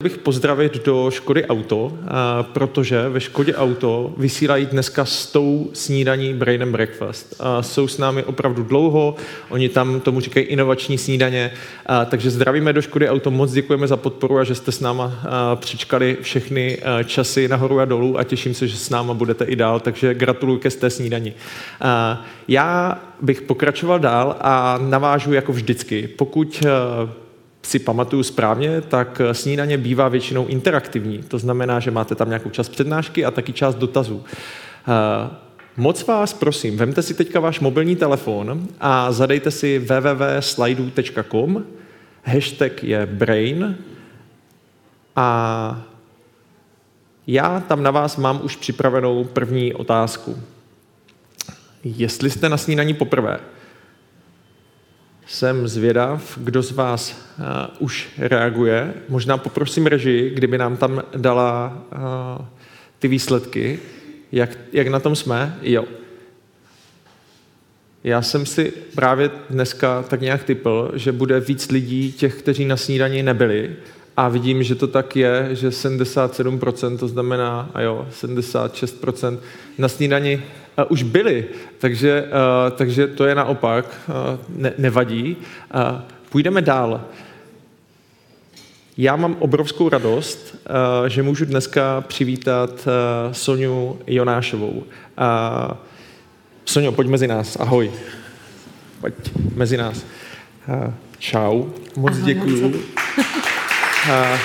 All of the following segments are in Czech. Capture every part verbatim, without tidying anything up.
bych pozdravit do Škody Auto, protože ve Škodě Auto vysílají dneska s tou snídaní Brain and Breakfast. Jsou s námi opravdu dlouho, oni tam tomu říkají inovační snídaně, takže zdravíme do Škody Auto, moc děkujeme za podporu a že jste s náma přičkali všechny časy nahoru a dolů a těším se, že s náma budete i dál, takže gratuluju ke té snídani. Já bych pokračoval dál a navážu jako vždycky. Pokud si pamatuju správně, tak snídaně bývá většinou interaktivní. To znamená, že máte tam nějakou část přednášky a taky část dotazů. Moc vás prosím, vemte si teďka váš mobilní telefon a zadejte si w w w tečka slido tečka com, hashtag je brain a já tam na vás mám už připravenou první otázku. Jestli jste na snídani poprvé, jsem zvědav, kdo z vás uh, už reaguje. Možná poprosím režii, kdyby nám tam dala uh, ty výsledky. Jak, jak na tom jsme? Jo. Já jsem si právě dneska tak nějak tipl, že bude víc lidí těch, kteří na snídani nebyli. A vidím, že to tak je, že sedmdesát sedm procent, to znamená, a jo, sedmdesát šest procent na snídani uh, už byli, takže, uh, takže to je naopak, uh, ne, nevadí. Uh, půjdeme dál. Já mám obrovskou radost, uh, že můžu dneska přivítat uh, Soňu Jonášovou. Uh, Soňo, pojď mezi nás, ahoj. Pojď mezi nás. Uh, čau, moc ahoj, děkuju. Moc. Uh,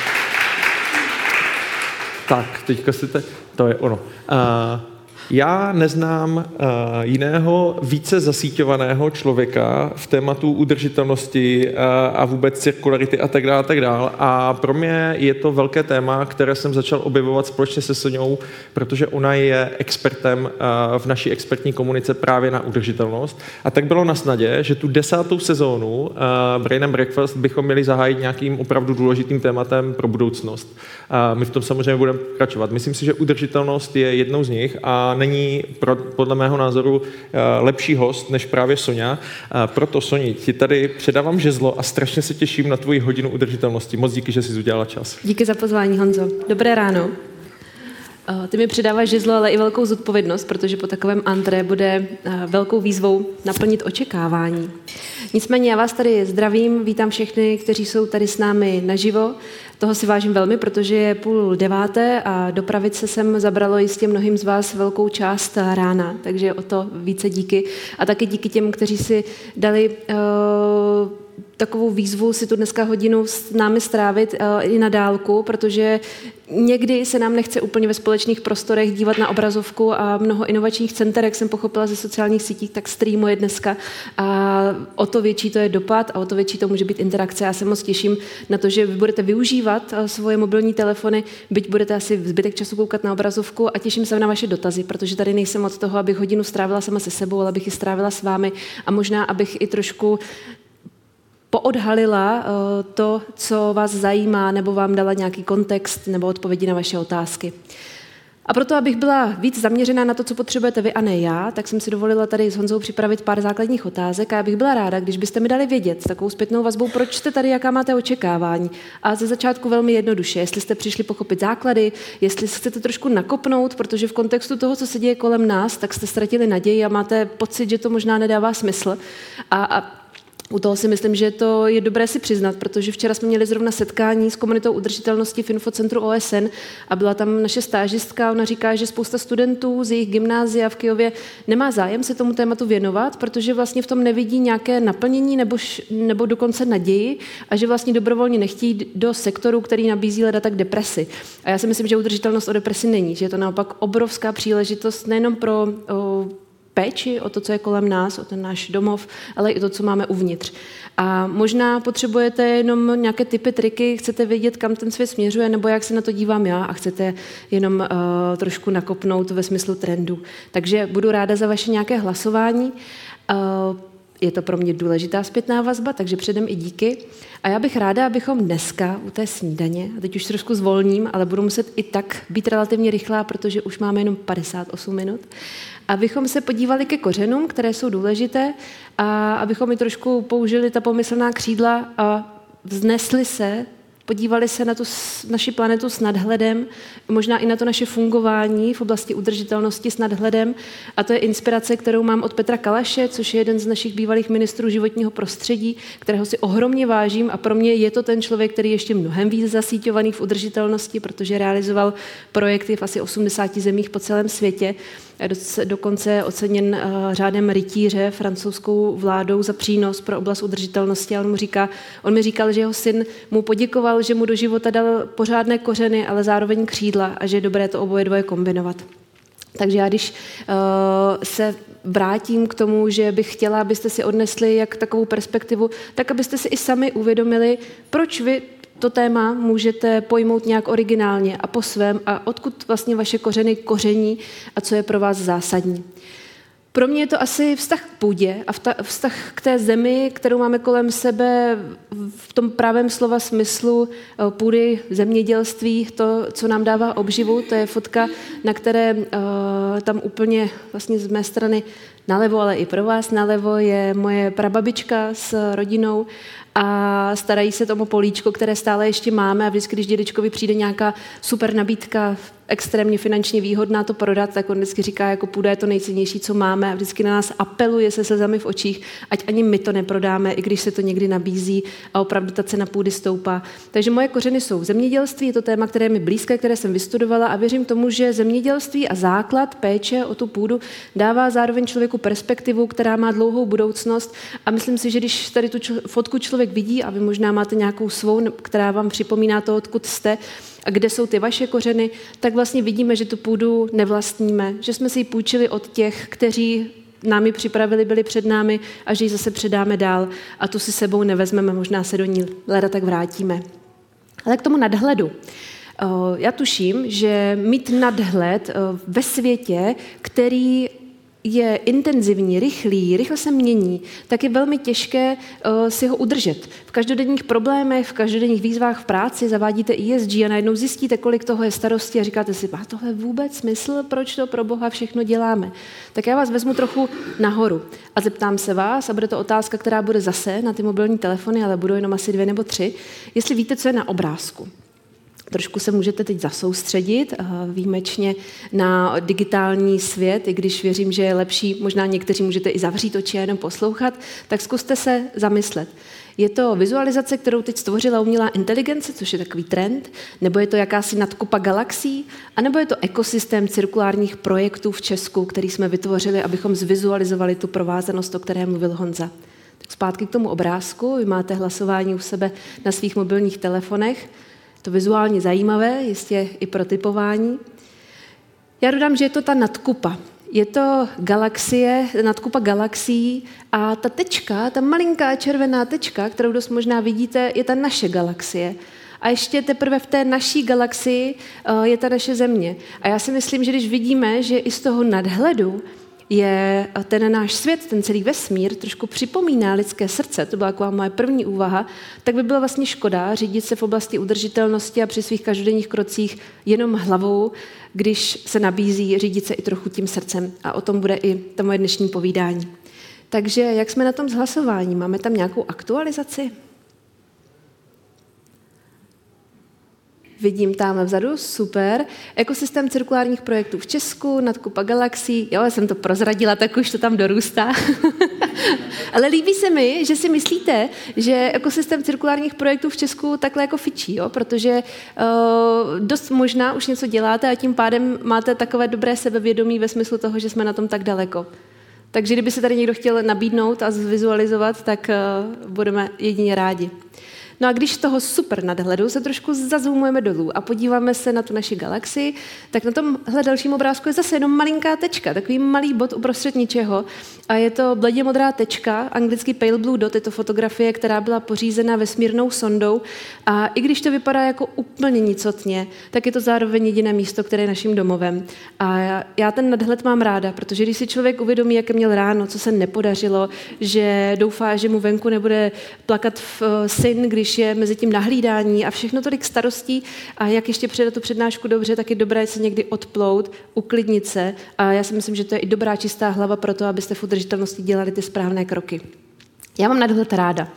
tak, teďka si te... To je ono. Uh, já neznám uh, jiného více zasíťovaného člověka v tématu udržitelnosti uh, a vůbec cirkularity a tak dále, a tak dále. A pro mě je to velké téma, které jsem začal objevovat společně se Soňou, protože ona je expertem uh, v naší expertní komunice právě na udržitelnost. A tak bylo na snadě, že tu desátou sezónu uh, Brain and Breakfast bychom měli zahájit nějakým opravdu důležitým tématem pro budoucnost. Uh, my v tom samozřejmě budeme pokračovat. Myslím si, že udržitelnost je jednou z nich a není pro, podle mého názoru lepší host než právě Soňa. Proto, Soni, ti tady předávám žezlo a strašně se těším na tvoji hodinu udržitelnosti. Moc díky, že jsi udělala čas. Díky za pozvání, Honzo. Dobré ráno. Ty mi předáváš žezlo, ale i velkou zodpovědnost, protože po takovém antré bude velkou výzvou naplnit očekávání. Nicméně já vás tady zdravím, vítám všechny, kteří jsou tady s námi naživo. Toho si vážím velmi, protože je půl deváté a dopravit se sem zabralo jistě mnohým z vás velkou část rána, takže o to více díky. A taky díky těm, kteří si dali uh, takovou výzvu si tu dneska hodinu s námi strávit uh, i na dálku, protože někdy se nám nechce úplně ve společných prostorech dívat na obrazovku a mnoho inovačních center, jak jsem pochopila ze sociálních sítí, tak streamuje dneska a o to větší to je dopad a o to větší to může být interakce. Já se moc těším na to, že vy budete využívat svoje mobilní telefony, byť budete asi zbytek času koukat na obrazovku a těším se na vaše dotazy, protože tady nejsem od toho, abych hodinu strávila sama se sebou, ale abych ji strávila s vámi a možná, abych i trošku poodhalila to, co vás zajímá, nebo vám dala nějaký kontext nebo odpovědi na vaše otázky. A proto, abych byla víc zaměřená na to, co potřebujete vy a ne já, tak jsem si dovolila tady s Honzou připravit pár základních otázek a já bych byla ráda, když byste mi dali vědět takovou zpětnou vazbou, proč jste tady, jaká máte očekávání. A ze začátku velmi jednoduše, jestli jste přišli pochopit základy, jestli chcete trošku nakopnout, protože v kontextu toho, co se děje kolem nás, tak jste ztratili naději a máte pocit, že to možná nedává smysl. A, a U toho si myslím, že to je dobré si přiznat, protože včera jsme měli zrovna setkání s komunitou udržitelnosti v Infocentru O S N a byla tam naše stážistka, ona říká, že spousta studentů z jejich gymnázia v Kyjově nemá zájem se tomu tématu věnovat, protože vlastně v tom nevidí nějaké naplnění nebo, nebo dokonce naději a že vlastně dobrovolně nechtějí do sektoru, který nabízí leda tak depresi. A já si myslím, že udržitelnost o depresi není, že je to naopak obrovská příležitost nejenom pro o, péči o to, co je kolem nás, o ten náš domov, ale i to, co máme uvnitř. A možná potřebujete jenom nějaké tipy, triky, chcete vědět, kam ten svět směřuje, nebo jak se na to dívám já a chcete jenom uh, trošku nakopnout ve smyslu trendu. Takže budu ráda za vaše nějaké hlasování. Uh, Je to pro mě důležitá zpětná vazba, takže předem i díky. A já bych ráda, abychom dneska u té snídaně, a teď už trošku zvolním, ale budu muset i tak být relativně rychlá, protože už máme jenom padesát osm minut, abychom se podívali ke kořenům, které jsou důležité, a abychom i trošku použili ta pomyslná křídla a vznesli se podívali se na tu naši planetu s nadhledem, možná i na to naše fungování v oblasti udržitelnosti s nadhledem. A to je inspirace, kterou mám od Petra Kalaše, což je jeden z našich bývalých ministrů životního prostředí, kterého si ohromně vážím a pro mě je to ten člověk, který je ještě mnohem víc zasíťovaný v udržitelnosti, protože realizoval projekty v asi osmdesáti zemích po celém světě. Dokonce oceněn řádem rytíře francouzskou vládou za přínos pro oblast udržitelnosti. A on, mu říká, on mi říkal, že jeho syn mu poděkoval, že mu do života dal pořádné kořeny, ale zároveň křídla a že je dobré to oboje dvoje kombinovat. Takže já když uh, se vrátím k tomu, že bych chtěla, abyste si odnesli jak takovou perspektivu, tak abyste si i sami uvědomili, proč vy to téma můžete pojmout nějak originálně a po svém a odkud vlastně vaše kořeny koření a co je pro vás zásadní. Pro mě je to asi vztah k půdě a vztah k té zemi, kterou máme kolem sebe v tom pravém slova smyslu půdy, zemědělství, to, co nám dává obživu. To je fotka, na které uh, tam úplně vlastně z mé strany nalevo, ale i pro vás nalevo je moje prababička s rodinou a starají se tomu políčko, které stále ještě máme a vždycky, když dědečkovi přijde nějaká super nabídka, extrémně finančně výhodná to prodat, tak on vždycky říká, jako půda je to nejcennější, co máme a vždycky na nás apeluje se slzami v očích, ať ani my to neprodáme, i když se to někdy nabízí a opravdu ta cena půdy stoupá. Takže moje kořeny jsou v zemědělství, je to téma, které je mi blízké, které jsem vystudovala a věřím tomu, že zemědělství a základ péče o tu půdu dává zároveň člověku perspektivu, která má dlouhou budoucnost a myslím si, že když tady tu fotku člověk vidí a vy možná máte nějakou svou, která vám připomíná to, odkud jste, a kde jsou ty vaše kořeny, tak vlastně vidíme, že tu půdu nevlastníme, že jsme si ji půjčili od těch, kteří nám ji připravili, byli před námi a že ji zase předáme dál a tu si sebou nevezmeme, možná se do ní leda tak vrátíme. Ale k tomu nadhledu. Já tuším, že mít nadhled ve světě, který je intenzivní, rychlý, rychle se mění, tak je velmi těžké uh, si ho udržet. V každodenních problémech, v každodenních výzvách v práci zavádíte E S G a najednou zjistíte, kolik toho je starosti a říkáte si, má tohle vůbec smysl, proč to pro Boha všechno děláme? Tak já vás vezmu trochu nahoru a zeptám se vás, a bude to otázka, která bude zase na ty mobilní telefony, ale budou jenom asi dvě nebo tři, jestli víte, co je na obrázku. Trošku se můžete teď zasoustředit výjimečně na digitální svět, i když věřím, že je lepší, možná někteří můžete i zavřít oči a jenom poslouchat, tak zkuste se zamyslet. Je to vizualizace, kterou teď stvořila umělá inteligence, což je takový trend, nebo je to jakási nadkupa galaxií, anebo je to ekosystém cirkulárních projektů v Česku, který jsme vytvořili, abychom zvizualizovali tu provázanost, o které mluvil Honza. Tak zpátky k tomu obrázku, vy máte hlasování u sebe na svých mobilních telefonech. To vizuálně zajímavé, jistě i pro typování. Já dodám, že je to ta nadkupa. Je to galaxie, nadkupa galaxií a ta tečka, ta malinká červená tečka, kterou dost možná vidíte, je ta naše galaxie. A ještě teprve v té naší galaxii je ta naše Země. A já si myslím, že když vidíme, že i z toho nadhledu je ten náš svět, ten celý vesmír, trošku připomíná lidské srdce, to byla taková moje první úvaha, tak by byla vlastně škoda řídit se v oblasti udržitelnosti a při svých každodenních krocích jenom hlavou, když se nabízí řídit se i trochu tím srdcem. A o tom bude i to moje dnešní povídání. Takže jak jsme na tom s hlasováním? Máme tam nějakou aktualizaci? Vidím tamhle vzadu, super. Ekosystém cirkulárních projektů v Česku, nadkupa galaxií. Jo, já jsem to prozradila, tak už to tam dorůstá. Ale líbí se mi, že si myslíte, že ekosystém cirkulárních projektů v Česku takhle jako fičí, jo? Protože uh, dost možná už něco děláte a tím pádem máte takové dobré sebevědomí ve smyslu toho, že jsme na tom tak daleko. Takže kdyby se tady někdo chtěl nabídnout a zvizualizovat, tak uh, budeme jedině rádi. No a když z toho super nadhledu se trošku zazoomujeme dolů a podíváme se na tu naši galaxii, tak na tomhle dalším obrázku je zase jenom malinká tečka, takový malý bod uprostřed ničeho. A je to bledě modrá tečka, anglicky pale blue dot, je to fotografie, která byla pořízena vesmírnou sondou. A i když to vypadá jako úplně nicotně, tak je to zároveň jediné místo, které je naším domovem. A já, já ten nadhled mám ráda, protože když si člověk uvědomí, jaké měl ráno, co se nepodařilo, že doufá, že mu venku nebude plakat v, syn, když je mezi tím nahlídání a všechno tolik starostí a jak ještě předat tu přednášku dobře, tak je dobré se někdy odplout, uklidnit se a já si myslím, že to je i dobrá čistá hlava pro to, abyste v udržitelnosti dělali ty správné kroky. Já mám nadhled ráda.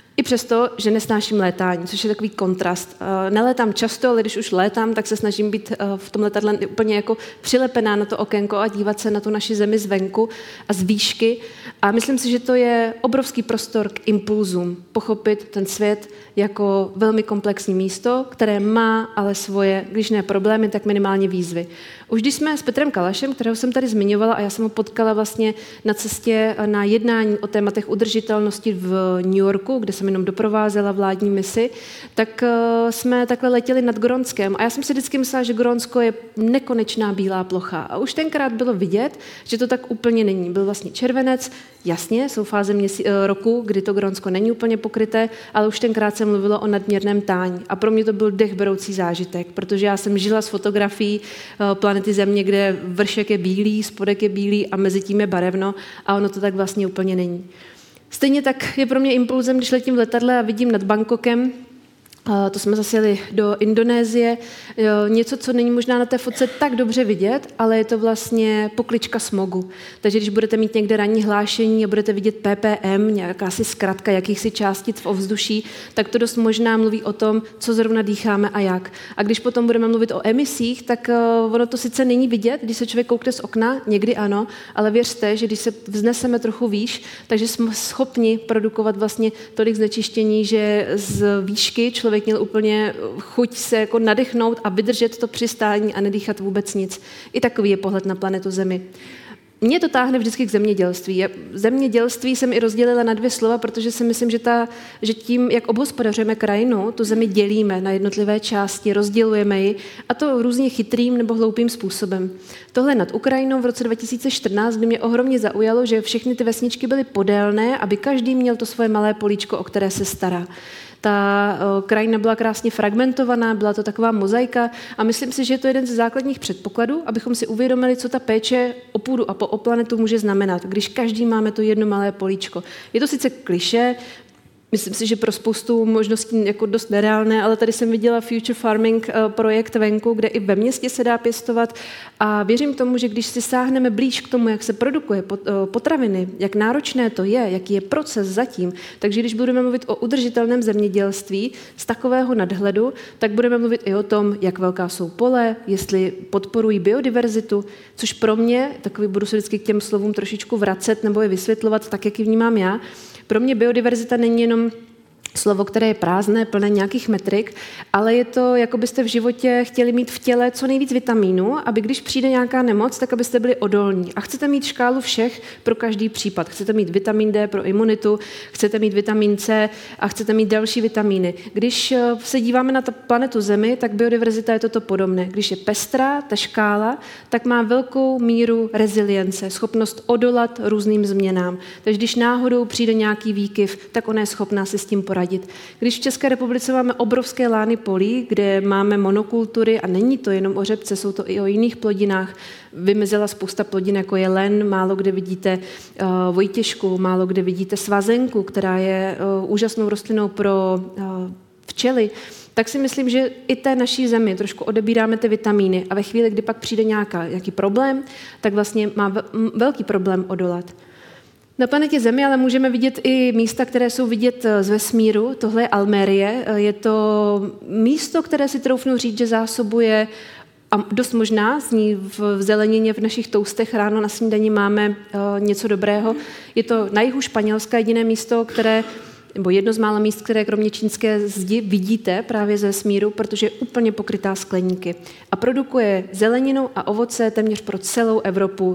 I přesto, že nesnáším létání, což je takový kontrast. Nelétám často, ale když už létám, tak se snažím být v tom letadle úplně jako přilepená na to okénko a dívat se na tu naši zemi zvenku a z výšky. A myslím si, že to je obrovský prostor k impulzům. Pochopit ten svět jako velmi komplexní místo, které má ale svoje, když ne problémy, tak minimálně výzvy. Už když jsme s Petrem Kalašem, kterého jsem tady zmiňovala, a já jsem ho potkala vlastně na cestě na jednání o tématech udržitelnosti v New Yorku, kde jsem jenom doprovázela vládní misi, tak jsme takhle letěli nad Grónskem. A já jsem si vždycky myslela, že Grónsko je nekonečná bílá plocha. A už tenkrát bylo vidět, že to tak úplně není. Byl vlastně červenec, jasně, jsou fáze měsí, roku, kdy to Grónsko není úplně pokryté, ale už tenkrát se mluvilo o nadměrném tání. A pro mě to byl dechberoucí zážitek, protože já jsem žila s fotografií planety Země, kde vršek je bílý, spodek je bílý a mezi tím je barevno a ono to tak vlastně úplně není. Stejně tak je pro mě impulzem, když letím v letadle a vidím nad Bangkokem, to jsme zase jeli do Indonésie, něco, co není možná na té fotce tak dobře vidět, ale je to vlastně poklička smogu. Takže když budete mít někde ranní hlášení a budete vidět P P M, nějaká si zkratka jakýchsi částic v ovzduší, tak to dost možná mluví o tom, co zrovna dýcháme a jak. A když potom budeme mluvit o emisích, tak ono to sice není vidět, když se člověk koukne z okna, někdy ano, ale věřte, že když se vzneseme trochu výš, takže jsme schopni produkovat vlastně tolik znečištění, že z výšky člověk měl úplně chuť se jako nadechnout a vydržet to přistání a nedýchat vůbec nic. I takový je pohled na planetu Zemi. Mě to táhne vždycky k zemědělství. Zemědělství jsem i rozdělila na dvě slova, protože si myslím, že, ta, že tím, jak obhospodařujeme krajinu, tu zemi dělíme na jednotlivé části, rozdělujeme ji, a to různě chytrým nebo hloupým způsobem. Tohle nad Ukrajinou v roce dva tisíce čtrnáct by mě ohromně zaujalo, že všechny ty vesničky byly podélné, aby každý měl to svoje malé políčko, o které se stará. Ta krajina byla krásně fragmentovaná, byla to taková mozaika a myslím si, že je to jeden ze základních předpokladů, abychom si uvědomili, co ta péče o půdu a o planetu může znamenat, když každý máme to jedno malé políčko. Je to sice klišé, myslím si, že pro spoustu možností jako dost nereálné, ale tady jsem viděla Future Farming projekt venku, kde i ve městě se dá pěstovat a věřím tomu, že když si sáhneme blíž k tomu, jak se produkuje potraviny, jak náročné to je, jaký je proces zatím, takže když budeme mluvit o udržitelném zemědělství z takového nadhledu, tak budeme mluvit i o tom, jak velká jsou pole, jestli podporují biodiverzitu, což pro mě, takový budu se vždycky k těm slovům trošičku vracet nebo je vysvětlovat tak, jak ji vnímám já. Pro mě biodiverzita není jenom slovo, které je prázdné, plné nějakých metrik, ale je to, jako byste v životě chtěli mít v těle co nejvíc vitamínů, aby když přijde nějaká nemoc, tak abyste byli odolní. A chcete mít škálu všech pro každý případ. Chcete mít vitamin D pro imunitu, chcete mít vitamin C a chcete mít další vitamíny. Když se díváme na ta planetu Zemi, tak biodiverzita je toto podobné. Když je pestrá, ta škála, tak má velkou míru rezilience, schopnost odolat různým změnám. Takže když náhodou přijde nějaký výkyv, tak ona je schopná si s tím poradit. Když v České republice máme obrovské lány polí, kde máme monokultury a není to jenom o řepce, jsou to i o jiných plodinách, vymizela spousta plodin, jako je len, málo kde vidíte uh, vojtěžku, málo kde vidíte svazenku, která je uh, úžasnou rostlinou pro uh, včely, tak si myslím, že i té naší zemi trošku odebíráme ty vitamíny a ve chvíli, kdy pak přijde nějaká, nějaký problém, tak vlastně má velký problém odolat. Na planetě Zemi ale můžeme vidět i místa, které jsou vidět z vesmíru. Tohle je Almérie. Je to místo, které si troufnu říct, že zásobuje, a dost možná zní v zelenině v našich toustech ráno na snídani máme něco dobrého. Je to na jihu Španělska jediné místo, které nebo jedno z mála míst, které kromě čínské zdi vidíte právě ze vesmíru, protože je úplně pokrytá skleníky. A produkuje zeleninu a ovoce téměř pro celou Evropu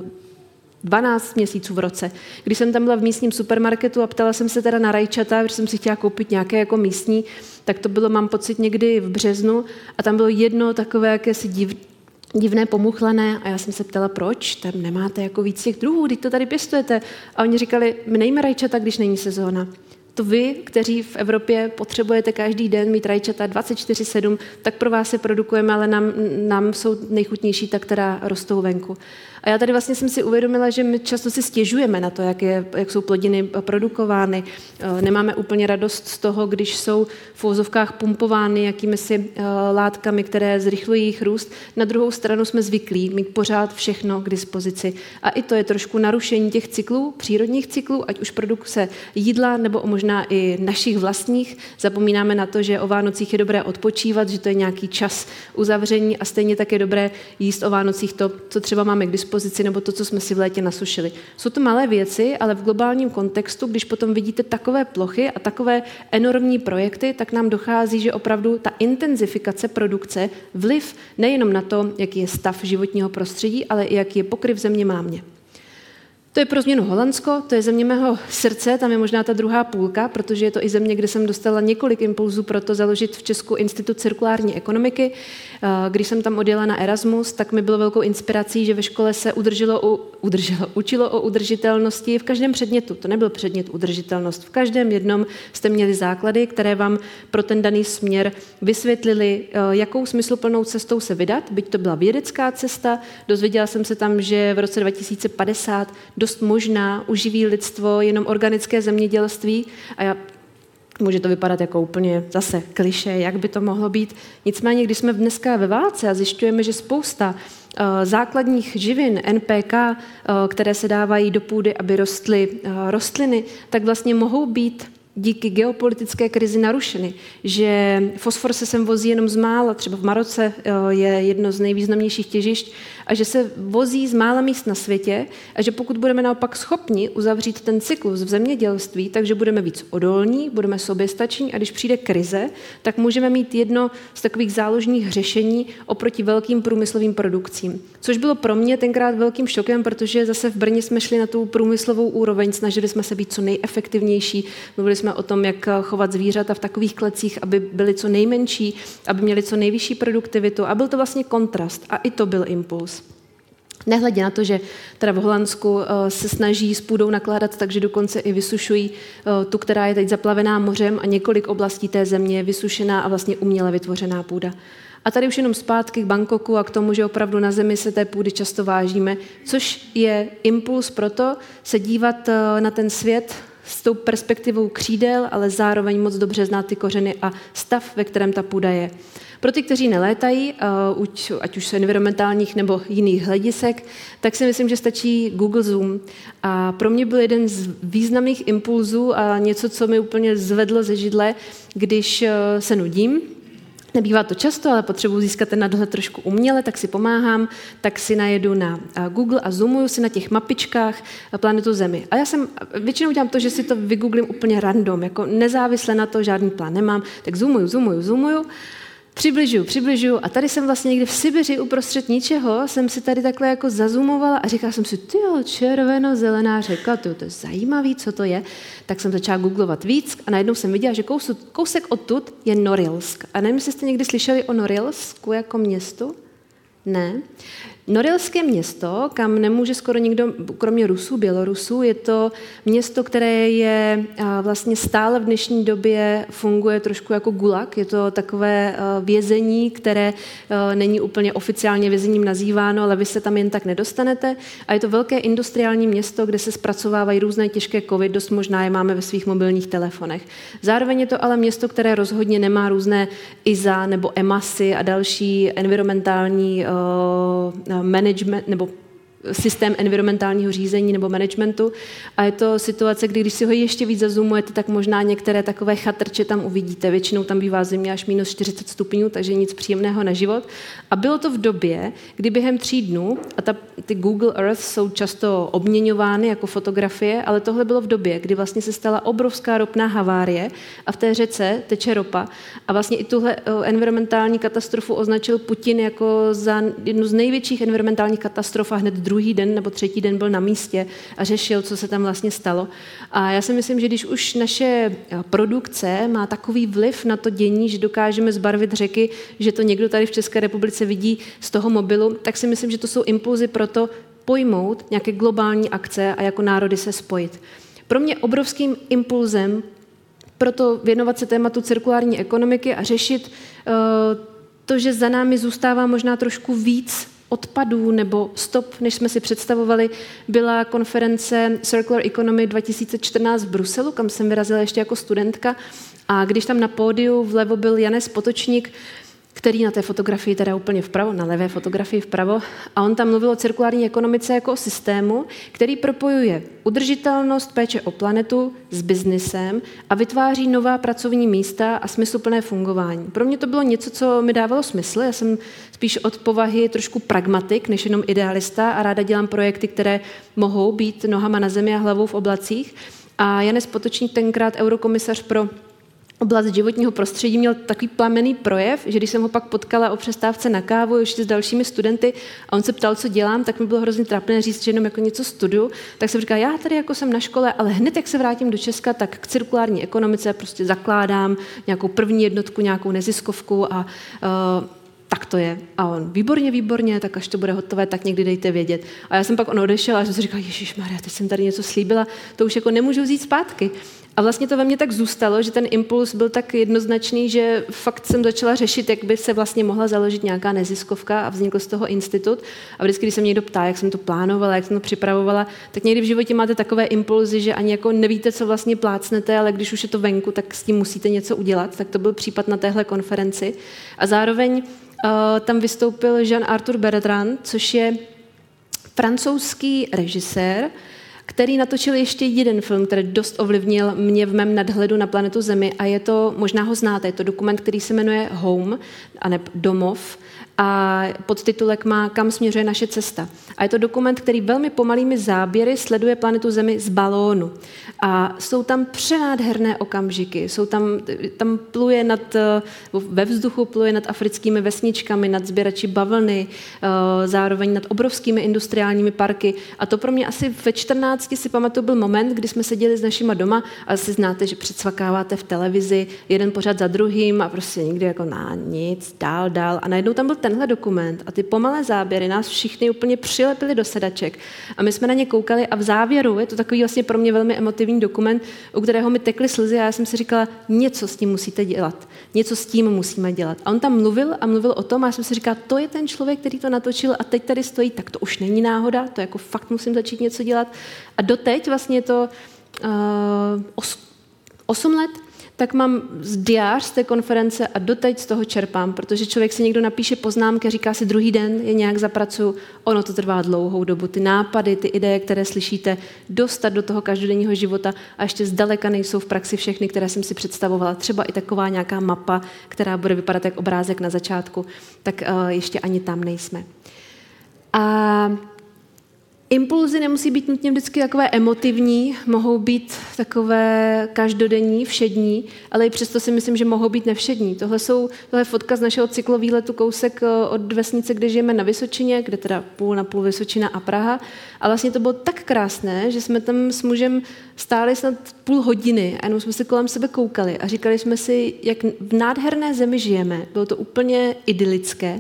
dvanáct měsíců v roce. Když jsem tam byla v místním supermarketu a ptala jsem se teda na rajčata, protože jsem si chtěla koupit nějaké jako místní, tak to bylo, mám pocit, někdy v březnu a tam bylo jedno takové jakési div, divné pomuchlané a já jsem se ptala, proč? Tam nemáte jako víc těch druhů, když to tady pěstujete. A oni říkali, my nejme rajčata, když není sezóna. To vy, kteří v Evropě potřebujete každý den mít rajčata dvacet čtyři sedm, tak pro vás je produkujeme, ale nám, nám jsou nejchutnější ta, která rostou venku. A já tady vlastně jsem si uvědomila, že my často si stěžujeme na to, jak, je, jak jsou plodiny produkovány. Nemáme úplně radost z toho, když jsou v úvozovkách pumpovány jakými si látkami, které zrychlují jejich růst. Na druhou stranu jsme zvyklí mít pořád všechno k dispozici. A i to je trošku narušení těch cyklů, přírodních cyklů, ať už produkce jídla nebo o možná i našich vlastních. Zapomínáme na to, že o Vánocích je dobré odpočívat, že to je nějaký čas uzavření a stejně tak je dobré jíst o Vánocích to, co třeba máme k dispozici, nebo to, co jsme si v létě nasušili. Jsou to malé věci, ale v globálním kontextu, když potom vidíte takové plochy a takové enormní projekty, tak nám dochází, že opravdu ta intenzifikace produkce, vliv nejenom na to, jaký je stav životního prostředí, ale i jaký je pokryv země mámě. To je pro změnu Holandsko, to je země mého srdce, tam je možná ta druhá půlka, protože je to i země, kde jsem dostala několik impulzů pro to založit v Česku Institut cirkulární ekonomiky. Když jsem tam odjela na Erasmus, tak mi bylo velkou inspirací, že ve škole se udrželo, u, udrželo, učilo o udržitelnosti v každém předmětu. To nebyl předmět udržitelnost. V každém jednom jste měli základy, které vám pro ten daný směr vysvětlili, jakou smysluplnou cestou se vydat, byť to byla vědecká cesta. Dozvěděla jsem se tam, že v roce dva tisíce padesát dost možná uživí lidstvo jenom organické zemědělství a já, může to vypadat jako úplně zase klišé, jak by to mohlo být. Nicméně, když jsme dneska ve válce a zjišťujeme, že spousta uh, základních živin N P K, uh, které se dávají do půdy, aby rostly uh, rostliny, tak vlastně mohou být díky geopolitické krizi narušeny, že fosfor se sem vozí jenom z mála, třeba v Maroce je jedno z nejvýznamnějších těžišť, a že se vozí z mála míst na světě a že pokud budeme naopak schopni uzavřít ten cyklus v zemědělství, takže budeme víc odolní, budeme soběstační a když přijde krize, tak můžeme mít jedno z takových záložních řešení oproti velkým průmyslovým produkcím. Což bylo pro mě tenkrát velkým šokem, protože zase v Brně jsme šli na tu průmyslovou úroveň, snažili jsme se být co nejefektivnější, mluvili jsme o tom, jak chovat zvířata v takových klecích, aby byly co nejmenší, aby měly co nejvyšší produktivitu a byl to vlastně kontrast a i to byl impuls. Nehledě na to, že teda v Holandsku se snaží s půdou nakládat, takže dokonce i vysušují tu, která je teď zaplavená mořem a několik oblastí té země je vysušená a vlastně uměle vytvořená půda. A tady už jenom zpátky k Bangkoku a k tomu, že opravdu na zemi se té půdy často vážíme, což je impuls pro to se dívat na ten svět s tou perspektivou křídel, ale zároveň moc dobře znát ty kořeny a stav, ve kterém ta půda je. Pro ty, kteří nelétají, ať už z environmentálních nebo jiných hledisek, tak si myslím, že stačí Google Zoom. A pro mě byl jeden z významných impulzů a něco, co mi úplně zvedlo ze židle, když se nudím. Nebývá to často, ale potřebuji získat ten nadhled trošku uměle, tak si pomáhám, tak si najedu na Google a zoomuju si na těch mapičkách planetu Zemi. A já jsem většinou dělám to, že si to vygooglím úplně random, jako nezávisle na to, žádný plán nemám, tak zoomuju, zoomuju, zoomuju, přibližuju, přibližuju a tady jsem vlastně někde v Sibiři uprostřed ničeho, jsem si tady takhle jako zazoomovala a říkala jsem si, tyjo, červeno-zelená řeka, tyjo, to je zajímavý, co to je. Tak jsem začala googlovat víc a najednou jsem viděla, že kousek, kousek odtud je Norilsk. A nevím, jestli jste někdy slyšeli o Norilsku jako městu? Ne. Norilské město, kam nemůže skoro nikdo, kromě Rusů, Bělorusů, je to město, které je vlastně stále v dnešní době funguje trošku jako gulag. Je to takové vězení, které není úplně oficiálně vězením nazýváno, ale vy se tam jen tak nedostanete. A je to velké industriální město, kde se zpracovávají různé těžké kovy, dost možná je máme ve svých mobilních telefonech. Zároveň je to ale město, které rozhodně nemá různé I S A nebo EMASy a další environmentální management nebo systém environmentálního řízení nebo managementu. A je to situace, kdy když si ho ještě víc zazoomujete, tak možná některé takové chatrče tam uvidíte. Většinou tam bývá země až minus čtyřicet stupňů, takže nic příjemného na život. A bylo to v době, kdy během tří dnů, a ta, ty Google Earth jsou často obměňovány jako fotografie, ale tohle bylo v době, kdy vlastně se stala obrovská ropná havárie a v té řece teče ropa. A vlastně i tuhle environmentální katastrofu označil Putin jako za jednu z největších environmentálních katastrof a hned druhý den nebo třetí den byl na místě a řešil, co se tam vlastně stalo. A já si myslím, že když už naše produkce má takový vliv na to dění, že dokážeme zbarvit řeky, že to někdo tady v České republice vidí z toho mobilu, tak si myslím, že to jsou impulzy pro to pojmout nějaké globální akce a jako národy se spojit. Pro mě obrovským impulzem proto věnovat se tématu cirkulární ekonomiky a řešit uh, to, že za námi zůstává možná trošku víc odpadů nebo stop, než jsme si představovali, byla konference Circular Economy dva tisíce čtrnáct v Bruselu, kam jsem vyrazila ještě jako studentka. A když tam na pódiu vlevo byl Janez Potočník, který na té fotografii teda úplně vpravo, na levé fotografii vpravo, a on tam mluvil o cirkulární ekonomice jako o systému, který propojuje udržitelnost péče o planetu s biznisem a vytváří nová pracovní místa a smysluplné fungování. Pro mě to bylo něco, co mi dávalo smysl. Já jsem spíš od povahy trošku pragmatik, než jenom idealista a ráda dělám projekty, které mohou být nohama na zemi a hlavou v oblacích. A Janez Potočník, tenkrát eurokomisař pro oblast životního prostředí, měl takový plamenný projev, že když jsem ho pak potkala o přestávce na kávu ještě s dalšími studenty a on se ptal, co dělám, tak mi bylo hrozně trápné říct, že jenom jako něco studuju, tak jsem říkala, já tady jako jsem na škole, ale hned, jak se vrátím do Česka, tak k cirkulární ekonomice prostě zakládám nějakou první jednotku, nějakou neziskovku a uh, tak to je. A on, výborně, výborně, tak až to bude hotové, tak někdy dejte vědět. A já jsem pak on odešel a jsem si říkala, ježišmarja, teď jsem tady něco slíbila, to už jako nemůžu vzít zpátky. A vlastně to ve mně tak zůstalo, že ten impuls byl tak jednoznačný, že fakt jsem začala řešit, jak by se vlastně mohla založit nějaká neziskovka a vznikl z toho institut. A vždycky, když se mě někdo ptá, jak jsem to plánovala, jak jsem to připravovala, tak někdy v životě máte takové impulzy, že ani jako nevíte, co vlastně plácnete, ale když už je to venku, tak s tím musíte něco udělat. Tak to byl případ na téhle konferenci. A zároveň uh, tam vystoupil Jean-Arthur Bertrand, což je francouzský režisér, který natočil ještě jeden film, který dost ovlivnil mě v mém nadhledu na planetu Zemi a je to, možná ho znáte, je to dokument, který se jmenuje Home, aneb Domov a podtitulek má Kam směřuje naše cesta. A je to dokument, který velmi pomalými záběry sleduje planetu Zemi z balónu. A jsou tam přenádherné okamžiky, jsou tam, tam pluje nad, ve vzduchu pluje nad africkými vesničkami, nad sběrači bavlny, zároveň nad obrovskými industriálními parky. A to pro mě asi ve čtrnácti si pamatuju byl moment, kdy jsme seděli s našima doma a asi znáte, že předsvakáváte v televizi jeden pořad za druhým a prostě nikdy jako na nic, dál, dál. A najednou tam byl tenhle dokument a ty pomalé záběry nás všichni úplně přilepili do sedaček a my jsme na ně koukali a v závěru je to takový vlastně pro mě velmi emotivní dokument, u kterého mi tekly slzy a já jsem si říkala, něco s tím musíte dělat, něco s tím musíme dělat. A on tam mluvil a mluvil o tom a já jsem si říkala, to je ten člověk, který to natočil a teď tady stojí, tak to už není náhoda, to jako fakt musím začít něco dělat. A doteď vlastně je to uh, os, osm let, tak mám z diář z té konference a doteď z toho čerpám, protože člověk si někdo napíše poznámky a říká si druhý den, je nějak zapracuju, ono to trvá dlouhou dobu, ty nápady, ty ideje, které slyšíte, dostat do toho každodenního života a ještě zdaleka nejsou v praxi všechny, které jsem si představovala. Třeba i taková nějaká mapa, která bude vypadat jak obrázek na začátku, tak uh, ještě ani tam nejsme. A impulzy nemusí být nutně vždycky takové emotivní, mohou být takové každodenní, všední, ale i přesto si myslím, že mohou být nevšední. Tohle, jsou, tohle je fotka z našeho cyklovýletu, kousek od vesnice, kde žijeme na Vysočině, kde teda půl na půl Vysočina a Praha. A vlastně to bylo tak krásné, že jsme tam s mužem stáli snad půl hodiny a jenom jsme se kolem sebe koukali a říkali jsme si, jak v nádherné zemi žijeme. Bylo to úplně idylické.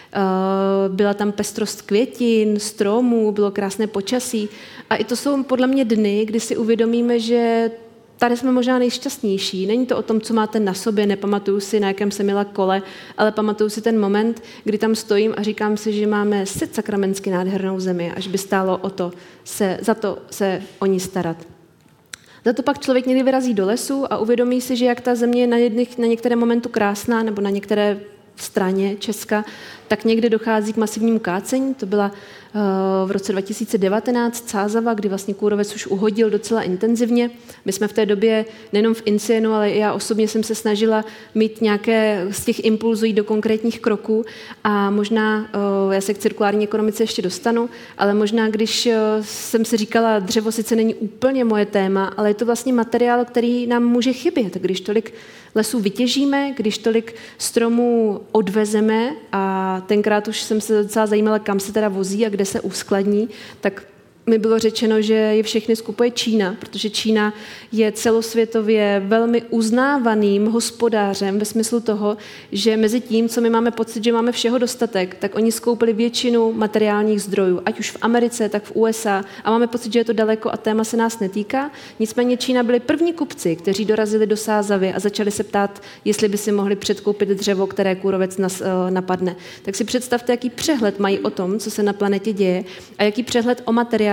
Byla tam pestrost květin, stromů, bylo krásné počasí. A i to jsou podle mě dny, kdy si uvědomíme, že tady jsme možná nejšťastnější. Není to o tom, co máte na sobě, nepamatuju si, na jakém jsem jela kole, ale pamatuju si ten moment, kdy tam stojím a říkám si, že máme set sakramensky nádhernou zemi, až by stálo o to se, za to se o ní starat. Za to pak člověk někdy vyrazí do lesu a uvědomí si, že jak ta země je na, jedných, na některé momentu krásná nebo na některé straně Česka, tak někde dochází k masivnímu kácení. To byla uh, v roce dva tisíce devatenáct Cázava, kdy vlastně kůrovec už uhodil docela intenzivně. My jsme v té době nejenom v Incienu, ale i já osobně jsem se snažila mít nějaké z těch impulzů jít do konkrétních kroků a možná, uh, já se k cirkulární ekonomice ještě dostanu, ale možná, když uh, jsem si říkala, dřevo sice není úplně moje téma, ale je to vlastně materiál, který nám může chybět. Když tolik lesů vytěžíme, když tolik stromů odvezeme a tenkrát už jsem se docela zajímala, kam se teda vozí a kde se uskladní, tak mi bylo řečeno, že je všechny skupuje Čína, protože Čína je celosvětově velmi uznávaným hospodářem ve smyslu toho, že mezi tím, co my máme pocit, že máme všeho dostatek, tak oni skoupili většinu materiálních zdrojů, ať už v Americe, tak v U S A a máme pocit, že je to daleko a téma se nás netýká. Nicméně Čína byli první kupci, kteří dorazili do Sázavy a začali se ptát, jestli by si mohli předkoupit dřevo, které kůrovec nas, uh, napadne. Tak si představte, jaký přehled mají o tom, co se na planetě děje a jaký přehled o materiálu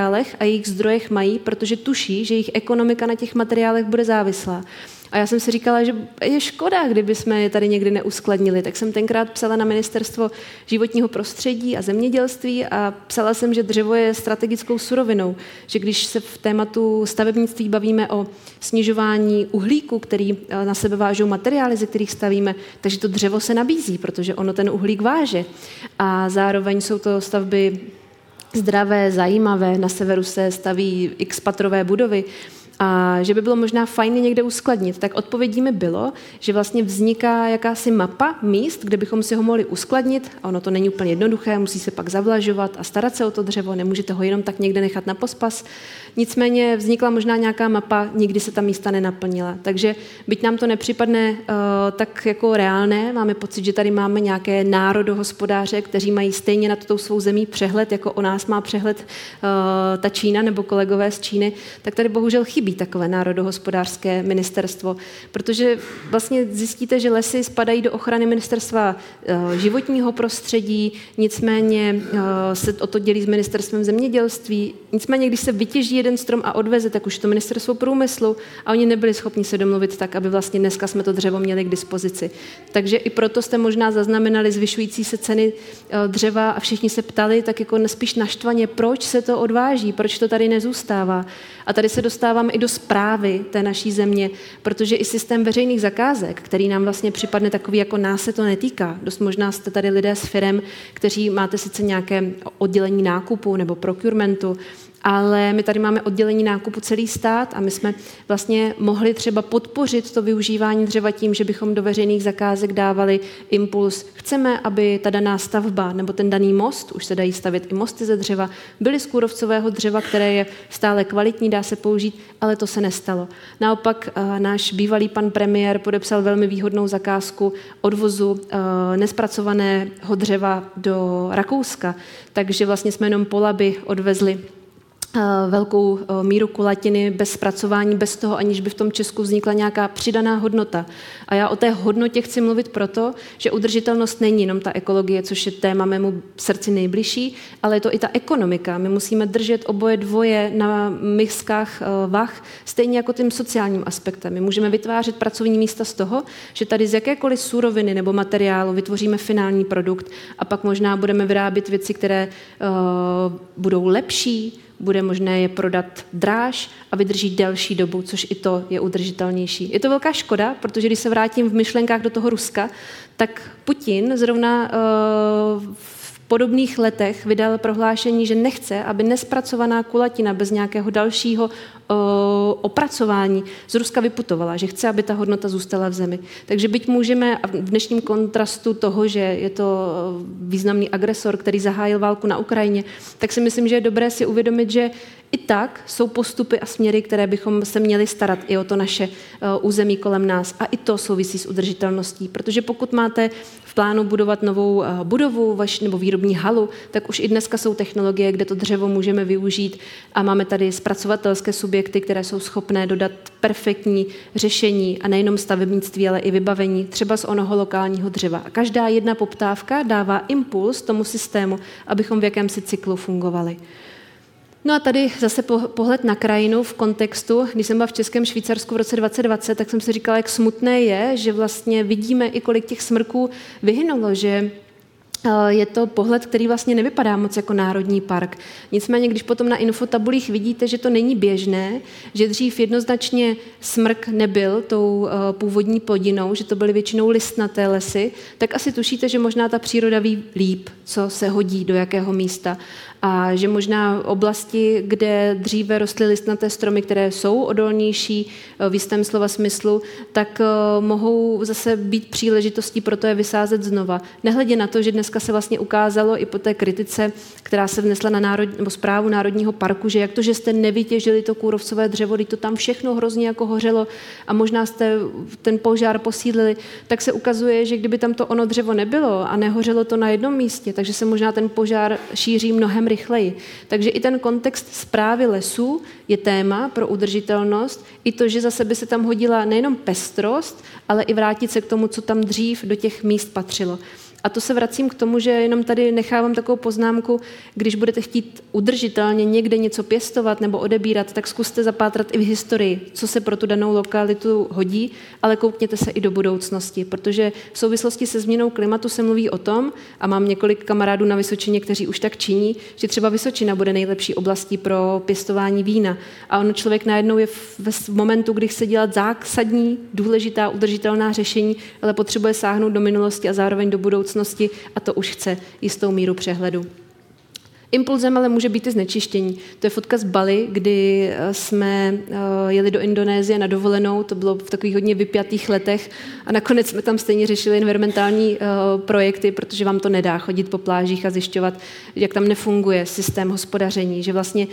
materiálech a jejich zdrojech mají, protože tuší, že jejich ekonomika na těch materiálech bude závislá. A já jsem si říkala, že je škoda, kdyby jsme je tady někdy neuskladnili. Tak jsem tenkrát psala na Ministerstvo životního prostředí a zemědělství a psala jsem, že dřevo je strategickou surovinou, že když se v tématu stavebnictví bavíme o snižování uhlíku, který na sebe vážou materiály, ze kterých stavíme, takže to dřevo se nabízí, protože ono ten uhlík váže. A zároveň jsou to stavby zdravé, zajímavé. Na severu se staví x-patrové budovy. A že by bylo možná fajn někde uskladnit, tak odpovědí mi bylo, že vlastně vzniká jakási mapa míst, kde bychom si ho mohli uskladnit. A ono to není úplně jednoduché, musí se pak zavlažovat a starat se o to dřevo, nemůžete ho jenom tak někde nechat na pospas. Nicméně vznikla možná nějaká mapa, nikdy se ta místa nenaplnila. Takže byť nám to nepřipadne uh, tak jako reálné, máme pocit, že tady máme nějaké národohospodáře, kteří mají stejně nad tou svou zemí přehled, jako o nás má přehled uh, ta Čína nebo kolegové z Číny, tak tady bohužel chybí takové národohospodářské ministerstvo, protože vlastně zjistíte, že lesy spadají do ochrany ministerstva uh, životního prostředí, nicméně uh, se o to dělí s ministerstvem zemědělství, nicméně když se vytěží jeden strom a odveze, tak už to ministerstvo průmyslu a oni nebyli schopni se domluvit tak, aby vlastně dneska jsme to dřevo měli k dispozici. Takže i proto jste možná zaznamenali zvyšující se ceny dřeva a všichni se ptali tak jako spíš naštvaně, proč se to odváží, proč to tady nezůstává. A tady se dostáváme i do správy té naší země, protože i systém veřejných zakázek, který nám vlastně připadne takový, jako nás se to netýká. Dost možná jste tady lidé z firem, kteří máte sice nějaké oddělení nákupu nebo procurementu, ale my tady máme oddělení nákupu celý stát a my jsme vlastně mohli třeba podpořit to využívání dřeva tím, že bychom do veřejných zakázek dávali impuls. Chceme, aby ta daná stavba nebo ten daný most, už se dají stavět i mosty ze dřeva, byly z kůrovcového dřeva, které je stále kvalitní, dá se použít, ale to se nestalo. Naopak náš bývalý pan premiér podepsal velmi výhodnou zakázku odvozu nespracovaného dřeva do Rakouska, takže vlastně jsme jenom po Labi odvezli velkou míru kulatiny bez zpracování, bez toho, aniž by v tom Česku vznikla nějaká přidaná hodnota. A já o té hodnotě chci mluvit proto, že udržitelnost není jenom ta ekologie, což je téma mému srdci nejbližší, ale je to i ta ekonomika. My musíme držet oboje dvoje na miskách vah, stejně jako tím sociálním aspektem. My můžeme vytvářet pracovní místa z toho, že tady z jakékoliv suroviny nebo materiálu vytvoříme finální produkt a pak možná budeme vyrábět věci, které uh, budou lepší, bude možné je prodat dráž a vydrží delší dobu, což i to je udržitelnější. Je to velká škoda, protože když se vrátím v myšlenkách do toho Ruska, tak Putin zrovna uh, v podobných letech vydal prohlášení, že nechce, aby nespracovaná kulatina bez nějakého dalšího uh, opracování z Ruska vyputovala, že chce, aby ta hodnota zůstala v zemi. Takže byť můžeme v dnešním kontrastu toho, že je to významný agresor, který zahájil válku na Ukrajině, tak si myslím, že je dobré si uvědomit, že i tak jsou postupy a směry, které bychom se měli starat i o to naše uh, území kolem nás. A i to souvisí s udržitelností, protože pokud máte v plánu budovat novou uh, budovu vaš, nebo výrobní halu, tak už i dneska jsou technologie, kde to dřevo můžeme využít a máme tady zpracovatelské subjekty, které jsou schopné dodat perfektní řešení a nejenom stavebnictví, ale i vybavení třeba z onoho lokálního dřeva. A každá jedna poptávka dává impuls tomu systému, abychom v jakémsi cyklu fungovali. No a tady zase pohled na krajinu v kontextu, když jsem byla v Českém Švýcarsku v roce dvacet dvacet, tak jsem si říkala, jak smutné je, že vlastně vidíme i kolik těch smrků vyhynulo, že je to pohled, který vlastně nevypadá moc jako národní park. Nicméně, když potom na infotabulích vidíte, že to není běžné, že dřív jednoznačně smrk nebyl tou původní plodinou, že to byly většinou listnaté lesy, tak asi tušíte, že možná ta příroda ví líp, co se hodí do jakého místa. A že možná oblasti, kde dříve rostly listnaté stromy, které jsou odolnější v jistém slova smyslu, tak mohou zase být příležitostí pro to je vysázet znova. Nehledě na to, že dneska se vlastně ukázalo i po té kritice, která se vnesla na národ, nebo správu Národního parku, že jak to, že jste nevytěžili to kůrovcové dřevo, když to tam všechno hrozně jako hořelo a možná jste ten požár posílili, tak se ukazuje, že kdyby tam to ono dřevo nebylo a nehořelo to na jednom místě, takže se možná ten požár šíří mnohem rychleji. Takže i ten kontext správy lesů je téma pro udržitelnost, i to, že zase by se tam hodila nejenom pestrost, ale i vrátit se k tomu, co tam dřív do těch míst patřilo. A to se vracím k tomu, že jenom tady nechávám takovou poznámku, když budete chtít udržitelně někde něco pěstovat nebo odebírat, tak zkuste zapátrat i v historii, co se pro tu danou lokalitu hodí, ale koukněte se i do budoucnosti, protože v souvislosti se změnou klimatu se mluví o tom, a mám několik kamarádů na Vysočině, kteří už tak činí, že třeba Vysočina bude nejlepší oblastí pro pěstování vína. A on člověk najednou je v, v momentu, kdy chce dělat zásadní, důležitá, udržitelná řešení, ale potřebuje sáhnout do minulosti a zároveň do budoucnosti a to už chce jistou míru přehledu. Impulzem ale může být i znečištění. To je fotka z Bali, kdy jsme jeli do Indonésie na dovolenou, to bylo v takových hodně vypjatých letech a nakonec jsme tam stejně řešili environmentální projekty, protože vám to nedá chodit po plážích a zjišťovat, jak tam nefunguje systém hospodaření, že vlastně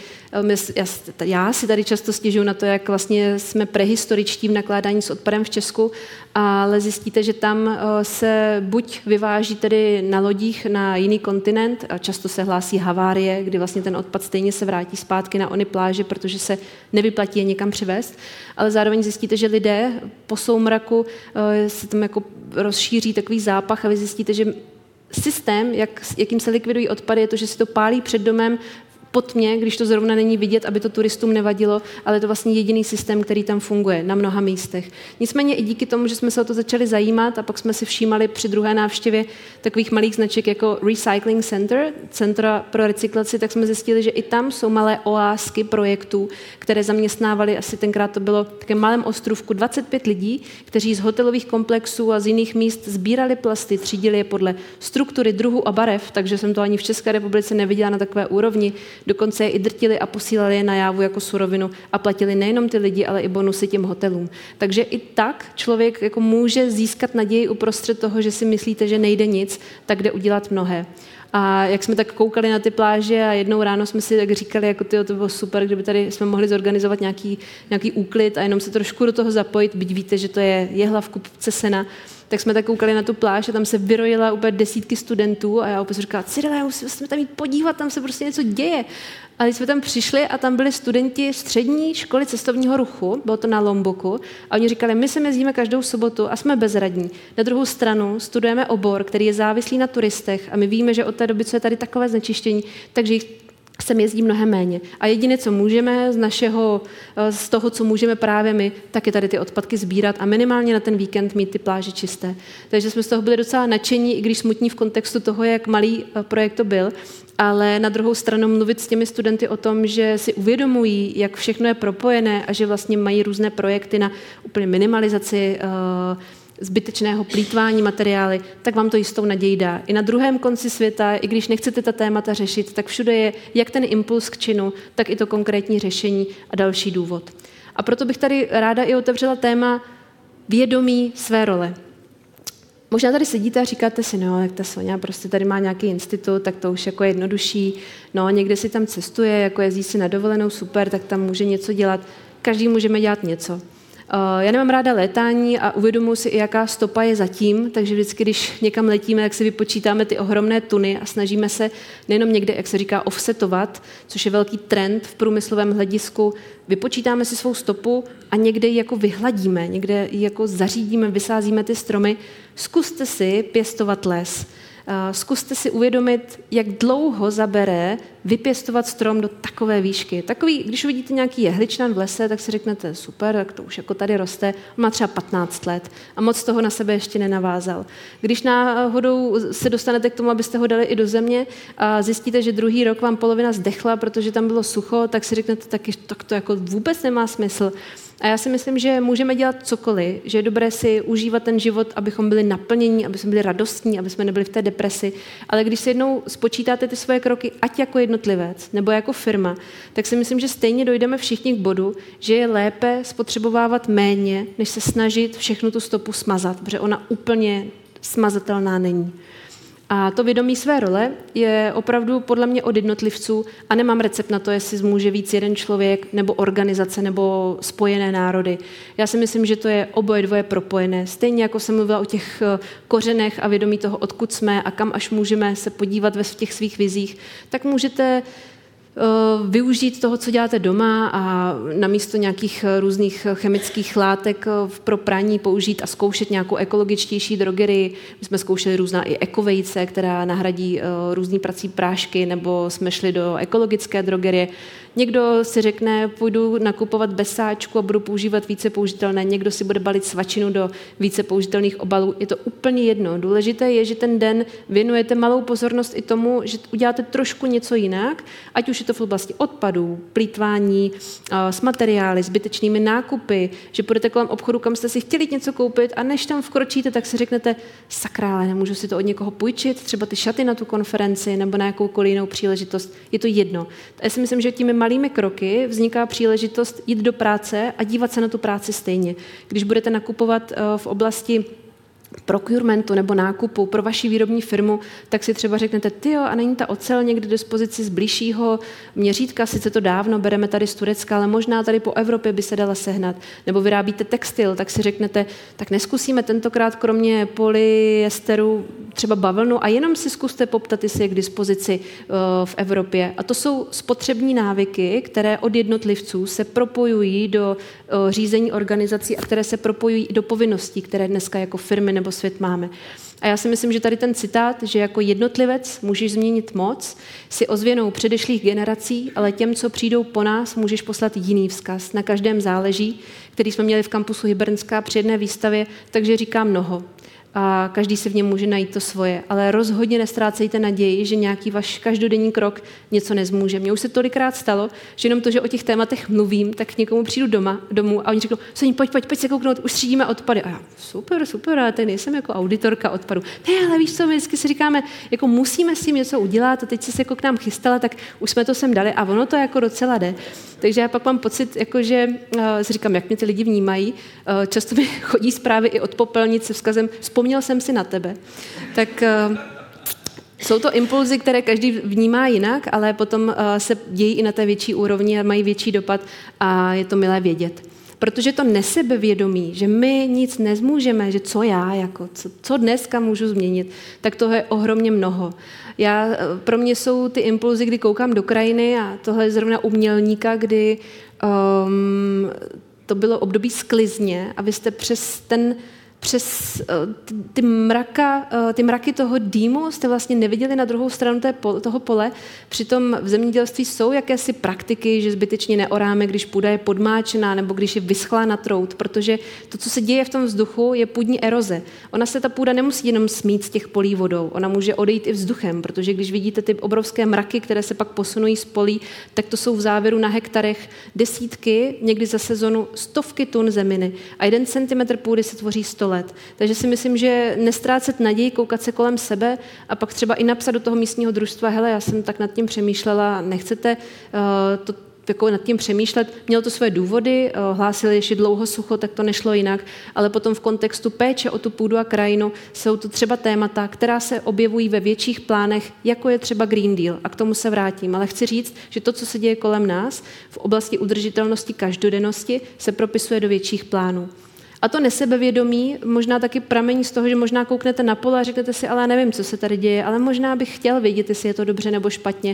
já si tady často stěžuju na to, jak vlastně jsme prehistoričtí v nakládání s odpadem v Česku, ale zjistíte, že tam se buď vyváží tedy na lodích na jiný kontinent, a často se hlásí havárie, kdy vlastně ten odpad stejně se vrátí zpátky na ony pláže, protože se nevyplatí je někam přivést, ale zároveň zjistíte, že lidé po soumraku se tam jako rozšíří takový zápach a vy zjistíte, že systém, jak, jakým se likvidují odpady, je to, že si to pálí před domem po tmě, když to zrovna není vidět, aby to turistům nevadilo, ale je to vlastně jediný systém, který tam funguje na mnoha místech. Nicméně i díky tomu, že jsme se o to začali zajímat a pak jsme si všímali při druhé návštěvě takových malých značek jako Recycling Center, Centra pro recyklaci, tak jsme zjistili, že i tam jsou malé oásky projektů, které zaměstnávaly, asi tenkrát to bylo v takém malém ostrovku, dvacet pět lidí, kteří z hotelových komplexů a z jiných míst sbírali plasty, třídili je podle struktury, druhu a barev, takže jsem to ani v České republice neviděla na takové úrovni. Dokonce je i drtili a posílali je na Jávu jako surovinu a platili nejenom ty lidi, ale i bonusy těm hotelům. Takže i tak člověk jako může získat naději uprostřed toho, že si myslíte, že nejde nic, tak jde udělat mnohé. A jak jsme tak koukali na ty pláže a jednou ráno jsme si tak říkali, jako tyjo, to bylo super, kdyby tady jsme mohli zorganizovat nějaký, nějaký úklid a jenom se trošku do toho zapojit, byť víte, že to je jehla v kupce sena, tak jsme tak koukali na tu pláž a tam se vyrojila úplně desítky studentů a já opět říkala, Cyrila, musíme tam jít podívat, tam se prostě něco děje. A když jsme tam přišli a tam byli studenti střední školy cestovního ruchu, bylo to na Lomboku, a oni říkali, my sem jezdíme každou sobotu a jsme bezradní. Na druhou stranu studujeme obor, který je závislý na turistech a my víme, že od té doby, co je tady takové znečištění, takže jich sem jezdí mnohem méně. A jediné, co můžeme z našeho, z toho, co můžeme právě my, tak je tady ty odpadky sbírat a minimálně na ten víkend mít ty pláže čisté. Takže jsme z toho byli docela nadšení, i když smutní v kontextu toho, jak malý projekt to byl, ale na druhou stranu mluvit s těmi studenty o tom, že si uvědomují, jak všechno je propojené a že vlastně mají různé projekty na úplně minimalizaci uh, zbytečného plýtvání materiály, tak vám to jistou naději dá. I na druhém konci světa, i když nechcete ta témata řešit, tak všude je jak ten impuls k činu, tak i to konkrétní řešení a další důvod. A proto bych tady ráda i otevřela téma vědomí své role. Možná tady sedíte a říkáte si, no, jak ta Soňa prostě tady má nějaký institut, tak to už jako je jednodušší, no, někde si tam cestuje, jako jezdí si na dovolenou, super, tak tam může něco dělat. Každý můžeme dělat něco. Já nemám ráda létání a uvědomuji si i, jaká stopa je zatím, takže vždycky, když někam letíme, tak si vypočítáme ty ohromné tuny a snažíme se nejenom někde, jak se říká, offsetovat, což je velký trend v průmyslovém hledisku, vypočítáme si svou stopu a někde ji jako vyhladíme, někde ji jako zařídíme, vysázíme ty stromy. Zkuste si pěstovat les. Zkuste si uvědomit, jak dlouho zabere vypěstovat strom do takové výšky. Takový, když uvidíte nějaký jehličnan v lese, tak si řeknete, super, tak to už jako tady roste, má třeba patnáct let a moc toho na sebe ještě nenavázal. Když náhodou se dostanete k tomu, abyste ho dali i do země a zjistíte, že druhý rok vám polovina zdechla, protože tam bylo sucho, tak si řeknete, tak, tak to jako vůbec nemá smysl. A já si myslím, že můžeme dělat cokoliv, že je dobré si užívat ten život, abychom byli naplnění, aby jsme byli radostní, aby jsme nebyli v té depresi. Ale když si jednou spočítáte ty svoje kroky, ať jako jednotlivec nebo jako firma, tak si myslím, že stejně dojdeme všichni k bodu, že je lépe spotřebovávat méně, než se snažit všechnu tu stopu smazat, protože ona úplně smazatelná není. A to vědomí své role je opravdu podle mě od jednotlivců a nemám recept na to, jestli může víc jeden člověk nebo organizace nebo spojené národy. Já si myslím, že to je oboje dvoje propojené. Stejně jako jsem mluvila o těch kořenech a vědomí toho, odkud jsme a kam až můžeme se podívat ve těch svých vizích, tak můžete využít toho, co děláte doma a namísto nějakých různých chemických látek pro praní použít a zkoušet nějakou ekologičtější drogerii. My jsme zkoušeli různá i ekovejce, která nahradí různý prací prášky, nebo jsme šli do ekologické drogerie. Někdo si řekne, půjdu nakupovat bez sáčku a budu používat více použitelné, někdo si bude balit svačinu do více použitelných obalů. Je to úplně jedno. Důležité je, že ten den věnujete malou pozornost i tomu, že uděláte trošku něco jinak, ať už je to v oblasti odpadů, plýtvání s materiály, zbytečnými nákupy, že půjdete kolem obchodu, kam jste si chtěli něco koupit a než tam vkročíte, tak si řeknete, sakra, ale nemůžu si to od někoho půjčit, třeba ty šaty na tu konferenci nebo na jakoukoliv jinou příležitost. Je to jedno. Já si myslím, že těmi malými kroky vzniká příležitost jít do práce a dívat se na tu práci stejně. Když budete nakupovat v oblasti procurementu nebo nákupu pro vaši výrobní firmu, tak si třeba řeknete, tyjo, a není ta ocel někde k dispozici z blížšího měřítka, sice to dávno bereme tady z Turecka, ale možná tady po Evropě by se dala sehnat. Nebo vyrábíte textil, tak si řeknete, tak neskusíme tentokrát kromě polyesteru třeba bavlnu a jenom si zkuste poptat, jestli je k dispozici uh, v Evropě. A to jsou spotřební návyky, které od jednotlivců se propojují do uh, řízení organizací a které se propojují do povinností, které dneska jako firmy nebo svět máme. A já si myslím, že tady ten citát, že jako jednotlivec můžeš změnit moc, si ozvěnou předešlých generací, ale těm, co přijdou po nás, můžeš poslat jiný vzkaz. Na každém záleží, který jsme měli v kampusu Hybernská při jedné výstavě, takže říká mnoho. A každý si v něm může najít to svoje, ale rozhodně nestrácejte naději, že nějaký váš každodenní krok něco nezmůže. Mně už se tolikrát stalo, že jenom to, že o těch tématech mluvím, tak k někomu přijdu doma, domů a oni řeknou, Soní, pojď, pojď, pojď se kouknout, už střídíme odpady. A já, super, super, ale teď nejsem jako auditorka odpadu. Ne, ale víš co, my vždycky si říkáme, jako musíme s tím něco udělat a teď jsi se jako k nám chystala, tak už jsme to sem dali a ono to jako docela jde. Takže já pak mám pocit, jako, že uh, si říkám, jak mě ty lidi vnímají. Uh, často mi chodí zprávy i od popelnic se vzkazem, vzpomněl jsem si na tebe. Tak uh, jsou to impulzy, které každý vnímá jinak, ale potom uh, se dějí i na té větší úrovni a mají větší dopad a je to milé vědět. Protože to nesebevědomí, že my nic nezmůžeme, že co já, jako, co, co dneska můžu změnit, tak toho je ohromně mnoho. Já, pro mě jsou ty impulzy, kdy koukám do krajiny a tohle je zrovna u Mělníka, kdy um, to bylo období sklizně a vy jste přes ten přes ty, ty, mraka, ty mraky toho dýmu jste vlastně neviděli na druhou stranu té, toho pole. Přitom v zemědělství jsou jakési praktiky, že zbytečně neoráme, když půda je podmáčená nebo když je vyschlá na trout, protože to, co se děje v tom vzduchu, je půdní eroze. Ona se ta půda nemusí jenom smít z těch polí vodou, ona může odejít i vzduchem, protože když vidíte ty obrovské mraky, které se pak posunují z polí, tak to jsou v závěru na hektarech desítky, někdy za sezonu stovky tun zeminy a jeden centimetr půdy se tvoří sto let. Takže si myslím, že nestrácet naději, koukat se kolem sebe a pak třeba i napsat do toho místního družstva, hele, já jsem tak nad tím přemýšlela, nechcete uh, to jako nad tím přemýšlet. Mělo to své důvody, uh, hlásili ještě dlouho sucho, tak to nešlo jinak, ale potom v kontextu péče o tu půdu a krajinu jsou to třeba témata, která se objevují ve větších plánech, jako je třeba Green Deal. A k tomu se vrátím. Ale chci říct, že to, co se děje kolem nás v oblasti udržitelnosti každodennosti, se propisuje do větších plánů. A to nesebevědomí možná taky pramení z toho, že možná kouknete na pole a řeknete si, ale já nevím, co se tady děje, ale možná bych chtěl vědět, jestli je to dobře nebo špatně.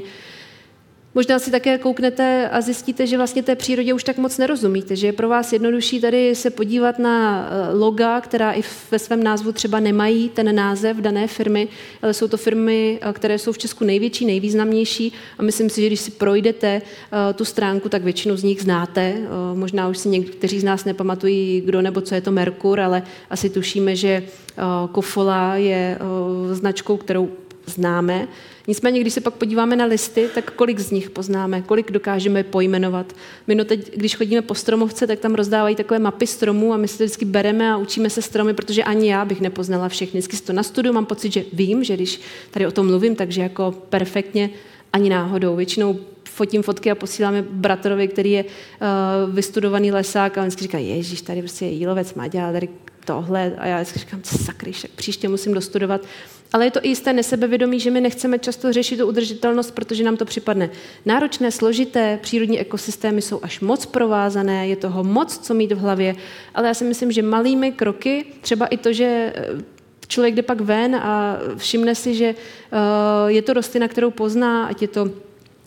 Možná si také kouknete a zjistíte, že vlastně té přírodě už tak moc nerozumíte, že je pro vás jednodušší tady se podívat na loga, která i ve svém názvu třeba nemají ten název dané firmy, ale jsou to firmy, které jsou v Česku největší, nejvýznamnější a myslím si, že když si projdete tu stránku, tak většinu z nich znáte. Možná už si někteří z nás nepamatují, kdo nebo co je to Merkur, ale asi tušíme, že Kofola je značkou, kterou známe. Nicméně, když se pak podíváme na listy, tak kolik z nich poznáme, kolik dokážeme pojmenovat. My no teď, když chodíme po stromovce, tak tam rozdávají takové mapy stromů a my si to vždycky bereme a učíme se stromy, protože ani já bych nepoznala všechny. Vždycky si to nastuduju, mám pocit, že vím, že když tady o tom mluvím, takže jako perfektně ani náhodou. Většinou fotím fotky a posíláme bratrovi, který je uh, vystudovaný lesák a on vždycky říká, ježiš, tady prostě je jílovec Maďa, tady tohle a já vždycky říkám, sakry, příště musím dostudovat. Ale je to i jisté nesebevědomí, že my nechceme často řešit tu udržitelnost, protože nám to připadne náročné, složité, přírodní ekosystémy jsou až moc provázané, je toho moc, co mít v hlavě, ale já si myslím, že malými kroky, třeba i to, že člověk jde pak ven a všimne si, že je to rostlina, kterou pozná, ať je to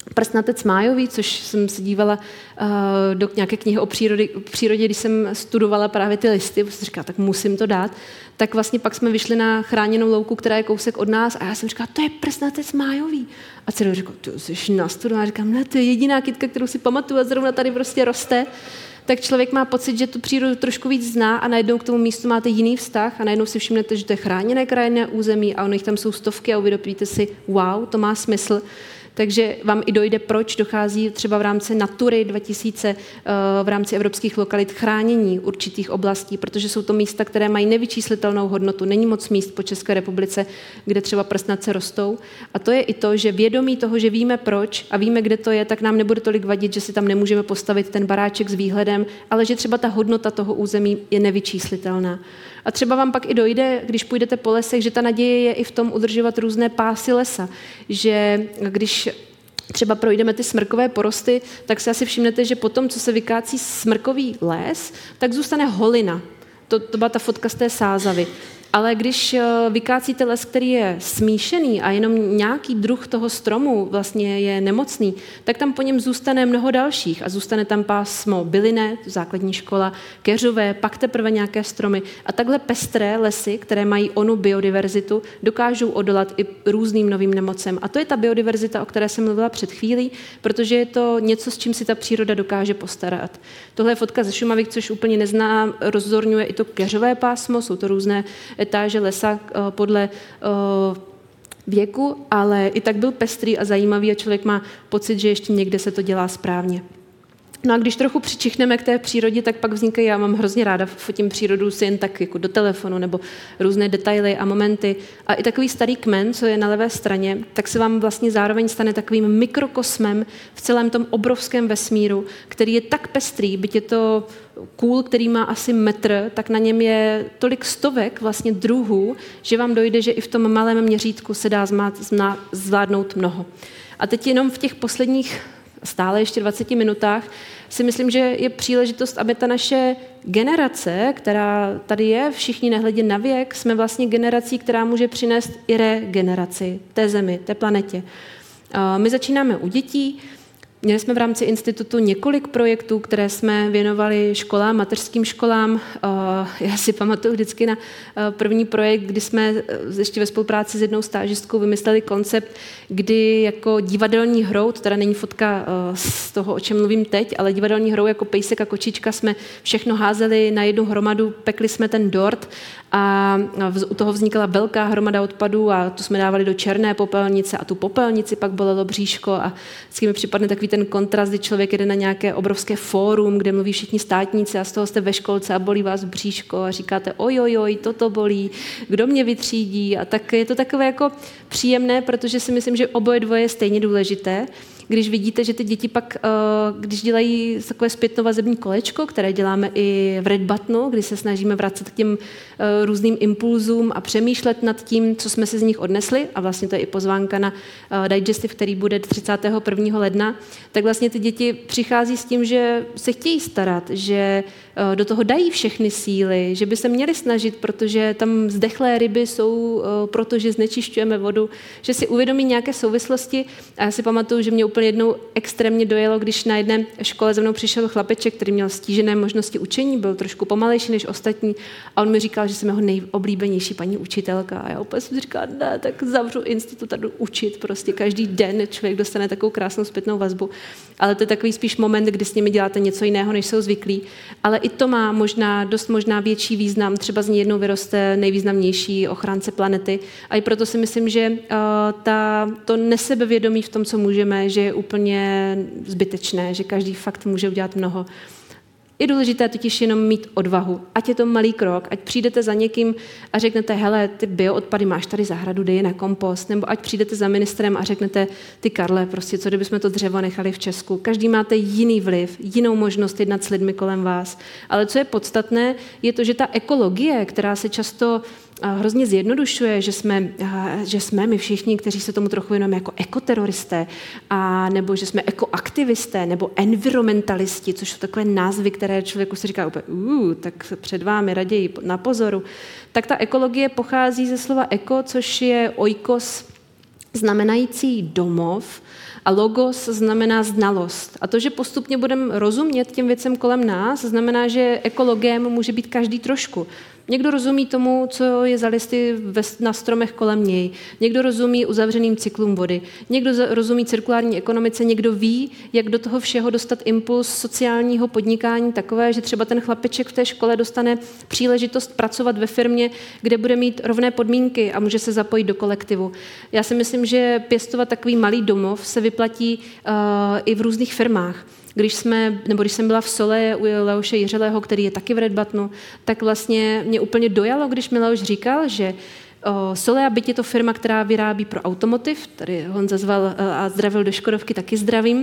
Prsnatec májový, což jsem se dívala uh, do nějaké knihy o přírodě, o přírodě, když jsem studovala právě ty listy, jsem říkala, tak musím to dát, tak vlastně pak jsme vyšli na chráněnou louku, která je kousek od nás a já jsem říkala, to je prsnatec májový. A celý říkal, ty jsi nastudovaná, říkám, ne, to je jediná kytka, kterou si pamatuju a zrovna tady prostě roste. Tak člověk má pocit, že tu přírodu trošku víc zná a najednou k tomu místu máte jiný vztah a najednou si všimnete, že to je chráněné krajinné území a ono jich tam jsou stovky a uvědomíte si, wow, to má smysl. Takže vám i dojde, proč dochází třeba v rámci Natury dva tisíce, v rámci evropských lokalit chránění určitých oblastí, protože jsou to místa, které mají nevyčíslitelnou hodnotu. Není moc míst po České republice, kde třeba prsnatce rostou. A to je i to, že vědomí toho, že víme proč a víme, kde to je, tak nám nebude tolik vadit, že si tam nemůžeme postavit ten baráček s výhledem, ale že třeba ta hodnota toho území je nevyčíslitelná. A třeba vám pak i dojde, když půjdete po lesech, že ta naděje je i v tom udržovat různé pásy lesa. Že když třeba projdeme ty smrkové porosty, tak si asi všimnete, že potom, co se vykácí smrkový les, tak zůstane holina. To, to byla ta fotka z té sázavy. Ale když vykácíte les, který je smíšený a jenom nějaký druh toho stromu vlastně je nemocný, tak tam po něm zůstane mnoho dalších a zůstane tam pásmo bylinné, základní škola, keřové, pak teprve nějaké stromy. A takhle pestré lesy, které mají onu biodiverzitu, dokážou odolat i různým novým nemocem. A to je ta biodiverzita, o které jsem mluvila před chvílí, protože je to něco, s čím si ta příroda dokáže postarat. Tohle je fotka ze Šumavy, což úplně neznám, rozorňuje i to keřové pásmo, jsou to různé etáže lesa podle věku, ale i tak byl pestrý a zajímavý a člověk má pocit, že ještě někde se to dělá správně. No a když trochu přičichneme k té přírodě, tak pak vznikají, já mám hrozně ráda, fotím přírodu si jen tak jako do telefonu nebo různé detaily a momenty. A i takový starý kmen, co je na levé straně, tak se vám vlastně zároveň stane takovým mikrokosmem v celém tom obrovském vesmíru, který je tak pestrý, byť je to kůl, který má asi metr, tak na něm je tolik stovek vlastně druhů, že vám dojde, že i v tom malém měřítku se dá zvládnout mnoho. A teď jenom v těch posledních stále ještě dvaceti minutách si myslím, že je příležitost, aby ta naše generace, která tady je, všichni nehledě na věk, jsme vlastně generací, která může přinést i regeneraci té zemi, té planetě. My začínáme u dětí. Měli jsme v rámci institutu několik projektů, které jsme věnovali školám, mateřským školám. Já si pamatuju vždycky na první projekt, kdy jsme ještě ve spolupráci s jednou stážistkou vymysleli koncept, kdy jako divadelní hrou, to teda není fotka z toho, o čem mluvím teď, ale divadelní hrou jako pejsek a kočička jsme všechno házeli na jednu hromadu, pekli jsme ten dort a u toho vznikala velká hromada odpadů a tu jsme dávali do černé popelnice a tu popelnici pak bolelo bříško a vždycky mi připadne takový ten kontrast, kdy člověk jede na nějaké obrovské fórum, kde mluví všichni státníci a z toho jste ve školce a bolí vás bříško a říkáte oj, oj, oj, toto bolí, kdo mě vytřídí a tak je to takové jako příjemné, protože si myslím, že oboje dvoje je stejně důležité. Když vidíte, že ty děti pak, když dělají takové zpětnovazební kolečko, které děláme i v Red Buttonu, kdy se snažíme vracet k těm různým impulzům a přemýšlet nad tím, co jsme si z nich odnesli, a vlastně to je i pozvánka na Digestive, který bude třicátého prvního ledna, tak vlastně ty děti přichází s tím, že se chtějí starat, že do toho dají všechny síly, že by se měli snažit, protože tam zdechlé ryby jsou, protože znečišťujeme vodu, že si uvědomí nějaké souvislosti. A já si pamatuju, že mě úplně jednou extrémně dojelo, když na jedné škole za mnou přišel chlapeček, který měl stížené možnosti učení, byl trošku pomalejší než ostatní a on mi říkal, že jsem jeho nejoblíbenější paní učitelka. A já úplně jsem říkala, ne, tak zavřu institut a jdu učit. Prostě každý den člověk dostane takovou krásnou zpětnou vazbu. Ale to je takový spíš moment, kdy s nimi děláte něco jiného, než jsou zvyklí. Ale i to má možná, dost možná větší význam. Třeba z ní jednou vyroste nejvýznamnější ochránce planety. A i proto si myslím, že uh, ta, to nesebevědomí v tom, co můžeme, že je úplně zbytečné, že každý fakt může udělat mnoho. Je důležité totiž jenom mít odvahu. Ať je to malý krok, ať přijdete za někým a řeknete, hele, ty bioodpady máš tady zahradu, dej je na kompost, nebo ať přijdete za ministrem a řeknete, ty Karle, prostě co kdybychom to dřevo nechali v Česku. Každý máte jiný vliv, jinou možnost jednat s lidmi kolem vás. Ale co je podstatné, je to, že ta ekologie, která se často hrozně zjednodušuje, že jsme, že jsme my všichni, kteří se tomu trochu věnujeme jako ekoteroristé, a nebo že jsme ekoaktivisté, nebo environmentalisti, což jsou takové názvy, které člověku si říká úplně, uh, tak před vámi raději na pozoru. Tak ta ekologie pochází ze slova eko, což je oikos, znamenající domov a logos znamená znalost. A to, že postupně budeme rozumět těm věcem kolem nás, znamená, že ekologem může být každý trošku. Někdo rozumí tomu, co je za listy na stromech kolem něj. Někdo rozumí uzavřeným cyklům vody. Někdo rozumí cirkulární ekonomice. Někdo ví, jak do toho všeho dostat impuls sociálního podnikání takové, že třeba ten chlapeček v té škole dostane příležitost pracovat ve firmě, kde bude mít rovné podmínky a může se zapojit do kolektivu. Já si myslím, že pěstovat takový malý domov se vyplatí uh, i v různých firmách. Když jsme, nebo když jsem byla v Sole u Leoše Jiřelého, který je taky v Red Buttonu, tak vlastně mě úplně dojalo, když mi Leoš říkal, že o, Solea, byť je to firma, která vyrábí pro automotiv, tady Honza zval a zdravil do Škodovky, taky zdravím,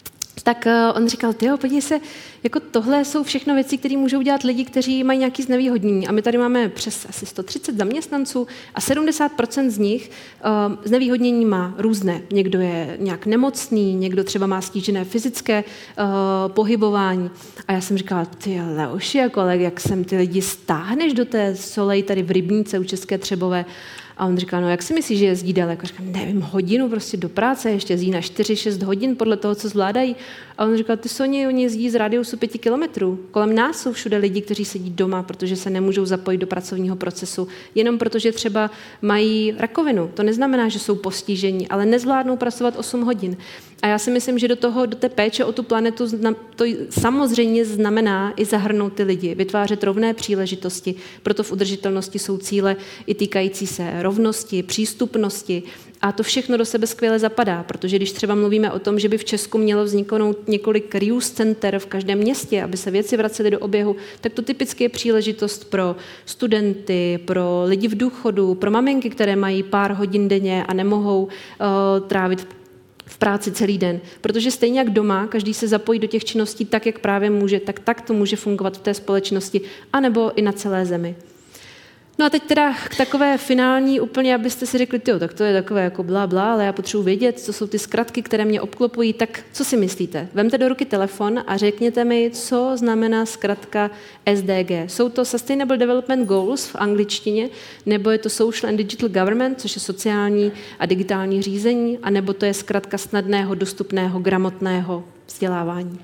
tak on říkal, tyjo, podívej se, jako tohle jsou všechno věci, které můžou dělat lidi, kteří mají nějaký znevýhodnění. A my tady máme přes asi sto třicet zaměstnanců a sedmdesát procent z nich uh, znevýhodnění má různé. Někdo je nějak nemocný, někdo třeba má stížené fyzické uh, pohybování. A já jsem říkala, ty Leoši, jako, ale jak sem ty lidi stáhneš do té Solej tady v Rybníce u České Třebové. A on říká, no jak si myslíš, že jezdí daleko? Říkám, nevím, hodinu prostě do práce, ještě jezdí na čtyři šest hodin podle toho, co zvládají. A on říká, ty Soni, oni jezdí z radiusu pěti kilometrů. Kolem nás jsou všude lidi, kteří sedí doma, protože se nemůžou zapojit do pracovního procesu, jenom protože třeba mají rakovinu. To neznamená, že jsou postižení, ale nezvládnou pracovat osm hodin. A já si myslím, že do toho, do té péče o tu planetu to samozřejmě znamená i zahrnout ty lidi, vytvářet rovné příležitosti. Proto v udržitelnosti jsou cíle i týkající se rovnosti, přístupnosti a to všechno do sebe skvěle zapadá, protože když třeba mluvíme o tom, že by v Česku mělo vzniknout několik reuse center v každém městě, aby se věci vracely do oběhu, tak to typicky je příležitost pro studenty, pro lidi v důchodu, pro maminky, které mají pár hodin denně a nemohou uh, trávit v práci celý den, protože stejně jak doma, každý se zapojí do těch činností tak, jak právě může, tak tak to může fungovat v té společnosti, anebo i na celé zemi. No a teď teda k takové finální úplně, abyste si řekli, tyjo, tak to je takové jako blá, blá, ale já potřebuji vědět, co jsou ty zkratky, které mě obklopují, tak co si myslíte? Vemte do ruky telefon a řekněte mi, co znamená zkratka S D G. Jsou to Sustainable Development Goals v angličtině, nebo je to Social and Digital Government, což je sociální a digitální řízení, a nebo to je zkratka snadného, dostupného, gramotného vzdělávání.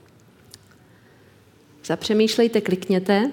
Zapřemýšlejte, klikněte.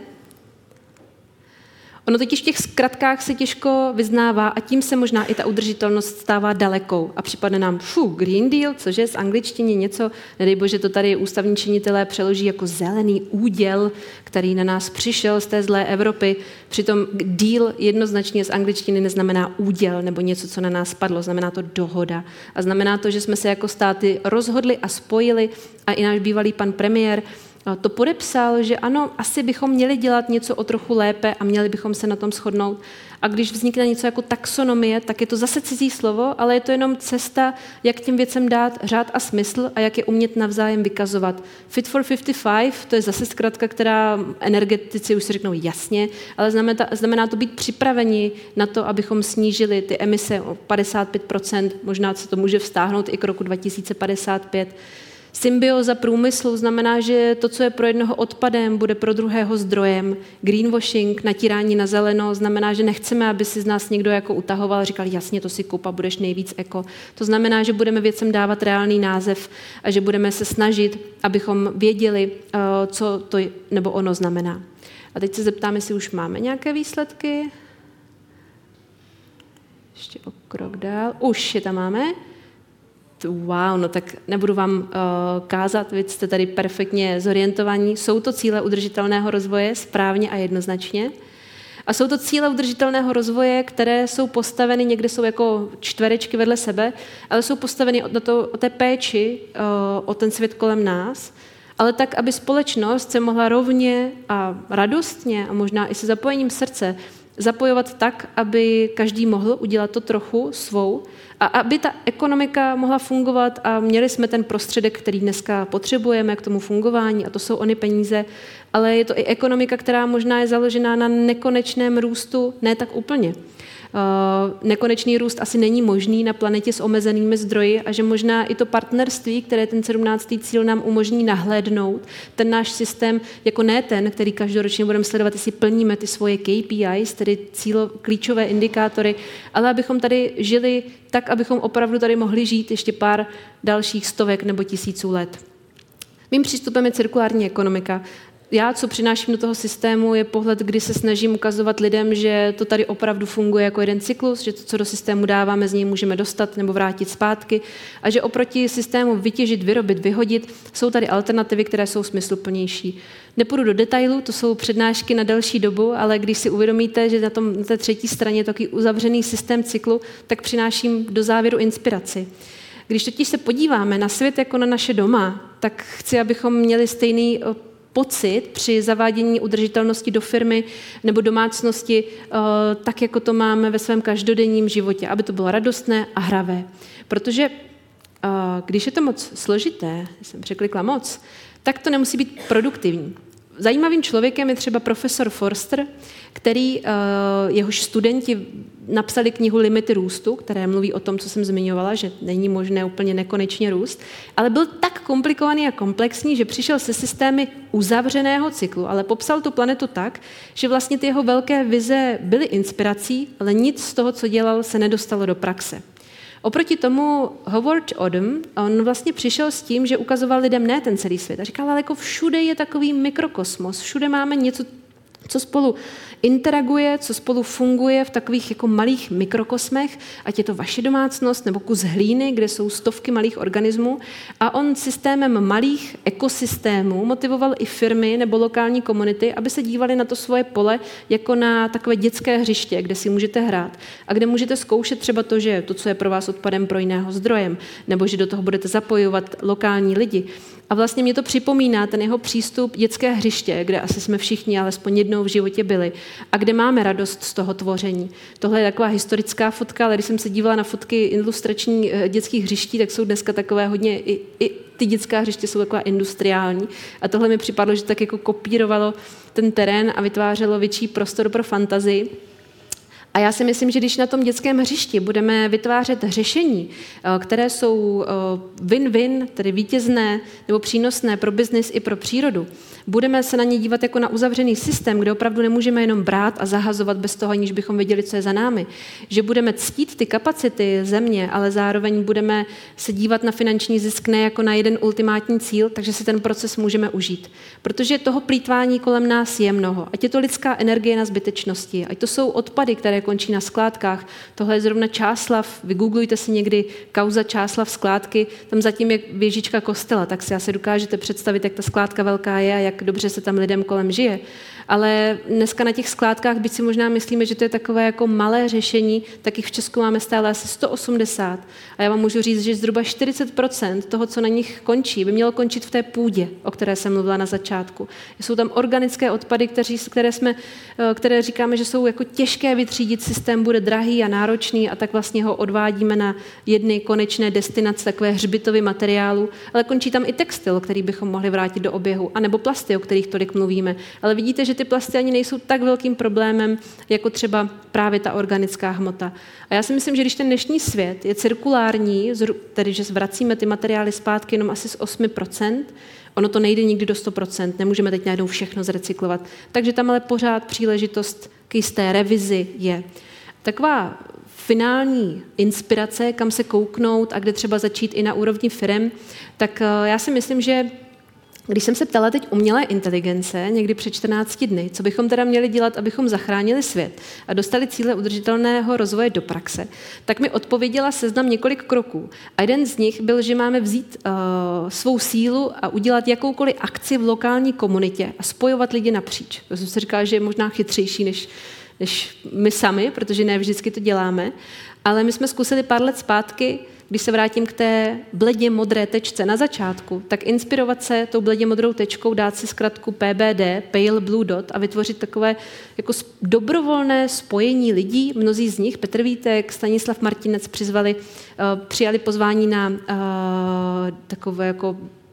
Ono totiž v těch zkratkách se těžko vyznává a tím se možná i ta udržitelnost stává dalekou. A připadne nám, fu, Green Deal, což je z angličtiny něco, nedej bože, to tady ústavní činitelé přeloží jako zelený úděl, který na nás přišel z té zlé Evropy. Přitom deal jednoznačně z angličtiny neznamená úděl nebo něco, co na nás spadlo, znamená to dohoda. A znamená to, že jsme se jako státy rozhodli a spojili a i náš bývalý pan premiér to podepsal, že ano, asi bychom měli dělat něco o trochu lépe a měli bychom se na tom shodnout. A když vznikne něco jako taxonomie, tak je to zase cizí slovo, ale je to jenom cesta, jak těm věcem dát řád a smysl a jak je umět navzájem vykazovat. Fit for padesát pět, to je zase zkratka, která energetici už si řeknou jasně, ale znamená, znamená to být připraveni na to, abychom snížili ty emise o padesát pět procent, možná se to může vztáhnout i k roku dva tisíce padesát pět. Symbioza průmyslu znamená, že to, co je pro jednoho odpadem, bude pro druhého zdrojem. Greenwashing, natírání na zeleno, znamená, že nechceme, aby si z nás někdo jako utahoval a říkal, jasně, to si kup a budeš nejvíc eko. To znamená, že budeme věcem dávat reálný název a že budeme se snažit, abychom věděli, co to nebo ono znamená. A teď se zeptám, jestli už máme nějaké výsledky. Ještě o krok dál. Už je tam máme. Wow, no tak nebudu vám uh, kázat, vy jste tady perfektně zorientovaní. Jsou to cíle udržitelného rozvoje správně a jednoznačně. A jsou to cíle udržitelného rozvoje, které jsou postaveny, někde jsou jako čtverečky vedle sebe, ale jsou postaveny o, to, o té péči, uh, o ten svět kolem nás, ale tak, aby společnost se mohla rovně a radostně a možná i se zapojením srdce zapojovat tak, aby každý mohl udělat to trochu svou a aby ta ekonomika mohla fungovat a měli jsme ten prostředek, který dneska potřebujeme k tomu fungování a to jsou ony peníze, ale je to i ekonomika, která možná je založená na nekonečném růstu, ne tak úplně. nekonečný růst asi není možný na planetě s omezenými zdroji a že možná i to partnerství, které ten sedmnáctý cíl nám umožní nahlédnout, ten náš systém jako ne ten, který každoročně budeme sledovat, jestli plníme ty svoje K P Is, tedy cílo, klíčové indikátory, ale abychom tady žili tak, abychom opravdu tady mohli žít ještě pár dalších stovek nebo tisíců let. Mým přístupem je cirkulární ekonomika. Já, co přináším do toho systému, je pohled, kdy se snažím ukazovat lidem, že to tady opravdu funguje jako jeden cyklus, že to, co do systému dáváme, z něj můžeme dostat nebo vrátit zpátky a že oproti systému vytěžit, vyrobit, vyhodit, jsou tady alternativy, které jsou smysluplnější. Nepůjdu do detailu, to jsou přednášky na delší dobu, ale když si uvědomíte, že na, tom, na té třetí straně je takový uzavřený systém cyklu, tak přináším do závěru inspiraci. Když totiž se podíváme na svět jako na naše doma, tak chci, abychom měli stejný pocit při zavádění udržitelnosti do firmy nebo domácnosti, tak jako to máme ve svém každodenním životě, aby to bylo radostné a hravé. Protože když je to moc složité, jsem překlikla moc, tak to nemusí být produktivní. Zajímavým člověkem je třeba profesor Forster, který jehož studenti napsali knihu Limity růstu, které mluví o tom, co jsem zmiňovala, že není možné úplně nekonečně růst, ale byl tak komplikovaný a komplexní, že přišel se systémy uzavřeného cyklu, ale popsal tu planetu tak, že vlastně ty jeho velké vize byly inspirací, ale nic z toho, co dělal, se nedostalo do praxe. Oproti tomu Howard Odum, on vlastně přišel s tím, že ukazoval lidem ne ten celý svět a říkal, ale jako všude je takový mikrokosmos, všude máme něco, co spolu interaguje, co spolu funguje v takových jako malých mikrokosmech, ať je to vaše domácnost nebo kus hlíny, kde jsou stovky malých organismů. A on systémem malých ekosystémů motivoval i firmy nebo lokální komunity, aby se dívali na to svoje pole jako na takové dětské hřiště, kde si můžete hrát a kde můžete zkoušet třeba to, že to, co je pro vás odpadem, pro jiného zdrojem, nebo že do toho budete zapojovat lokální lidi. A vlastně mě to připomíná ten jeho přístup dětské hřiště, kde asi jsme všichni alespoň jednou v životě byli a kde máme radost z toho tvoření. Tohle je taková historická fotka, ale když jsem se dívala na fotky ilustrační dětských hřiští, tak jsou dneska takové hodně, i, i ty dětská hřiště jsou taková industriální. A tohle mi připadlo, že tak jako kopírovalo ten terén a vytvářelo větší prostor pro fantazii. A já si myslím, že když na tom dětském hřišti budeme vytvářet řešení, které jsou win-win, tedy vítězné nebo přínosné pro biznis i pro přírodu, budeme se na ně dívat jako na uzavřený systém, kde opravdu nemůžeme jenom brát a zahazovat bez toho, aniž bychom věděli, co je za námi. Že budeme ctít ty kapacity země, ale zároveň budeme se dívat na finanční zisk ne jako na jeden ultimátní cíl, takže si ten proces můžeme užít. Protože toho plýtvání kolem nás je mnoho. Ať je to lidská energie na zbytečnosti, ať to jsou odpady, které končí na skládkách. Tohle je zrovna Čáslav. Vygooglujte si někdy kauza Čáslav skládky. Tam zatím je věžička kostela, tak si asi dokážete představit, jak ta skládka velká je a jak dobře se tam lidem kolem žije. Ale dneska na těch skládkách, byť si možná myslíme, že to je takové jako malé řešení, tak jich v Česku máme stále asi sto osmdesát. A já vám můžu říct, že zhruba čtyřicet procent toho, co na nich končí, by mělo končit v té půdě, o které jsem mluvila na začátku. Jsou tam organické odpady, kteří, které, jsme, které říkáme, že jsou jako těžké vytřídit, systém bude drahý a náročný a tak vlastně ho odvádíme na jedny konečné destinace, takové hřbitovy materiálu, ale končí tam i textil, který bychom mohli vrátit do oběhu, anebo plasty, o kterých tolik mluvíme. Ale vidíte, že ty plasty ani nejsou tak velkým problémem, jako třeba právě ta organická hmota. A já si myslím, že když ten dnešní svět je cirkulární, tedy že vracíme ty materiály zpátky jenom asi z osm procent, ono to nejde nikdy do sto procent, nemůžeme teď najednou všechno zrecyklovat. Takže tam ale pořád příležitost k jisté revizi je. Taková finální inspirace, kam se kouknout a kde třeba začít i na úrovni firem, tak já si myslím, že když jsem se ptala teď umělé inteligence někdy před čtrnácti dny, co bychom teda měli dělat, abychom zachránili svět a dostali cíle udržitelného rozvoje do praxe, tak mi odpověděla seznam několik kroků. A jeden z nich byl, že máme vzít uh, svou sílu a udělat jakoukoliv akci v lokální komunitě a spojovat lidi napříč. To jsem si říkala, že je možná chytřejší než, než my sami, protože ne vždycky to děláme. Ale my jsme zkusili pár let zpátky, když se vrátím k té bledě modré tečce na začátku, tak inspirovat se tou bledě modrou tečkou, dát si zkratku P B D, Pale Blue Dot, a vytvořit takové jako dobrovolné spojení lidí. Mnozí z nich, Petr Vítek, Stanislav Martinec, přizvali, uh, přijali pozvání na uh, takové jako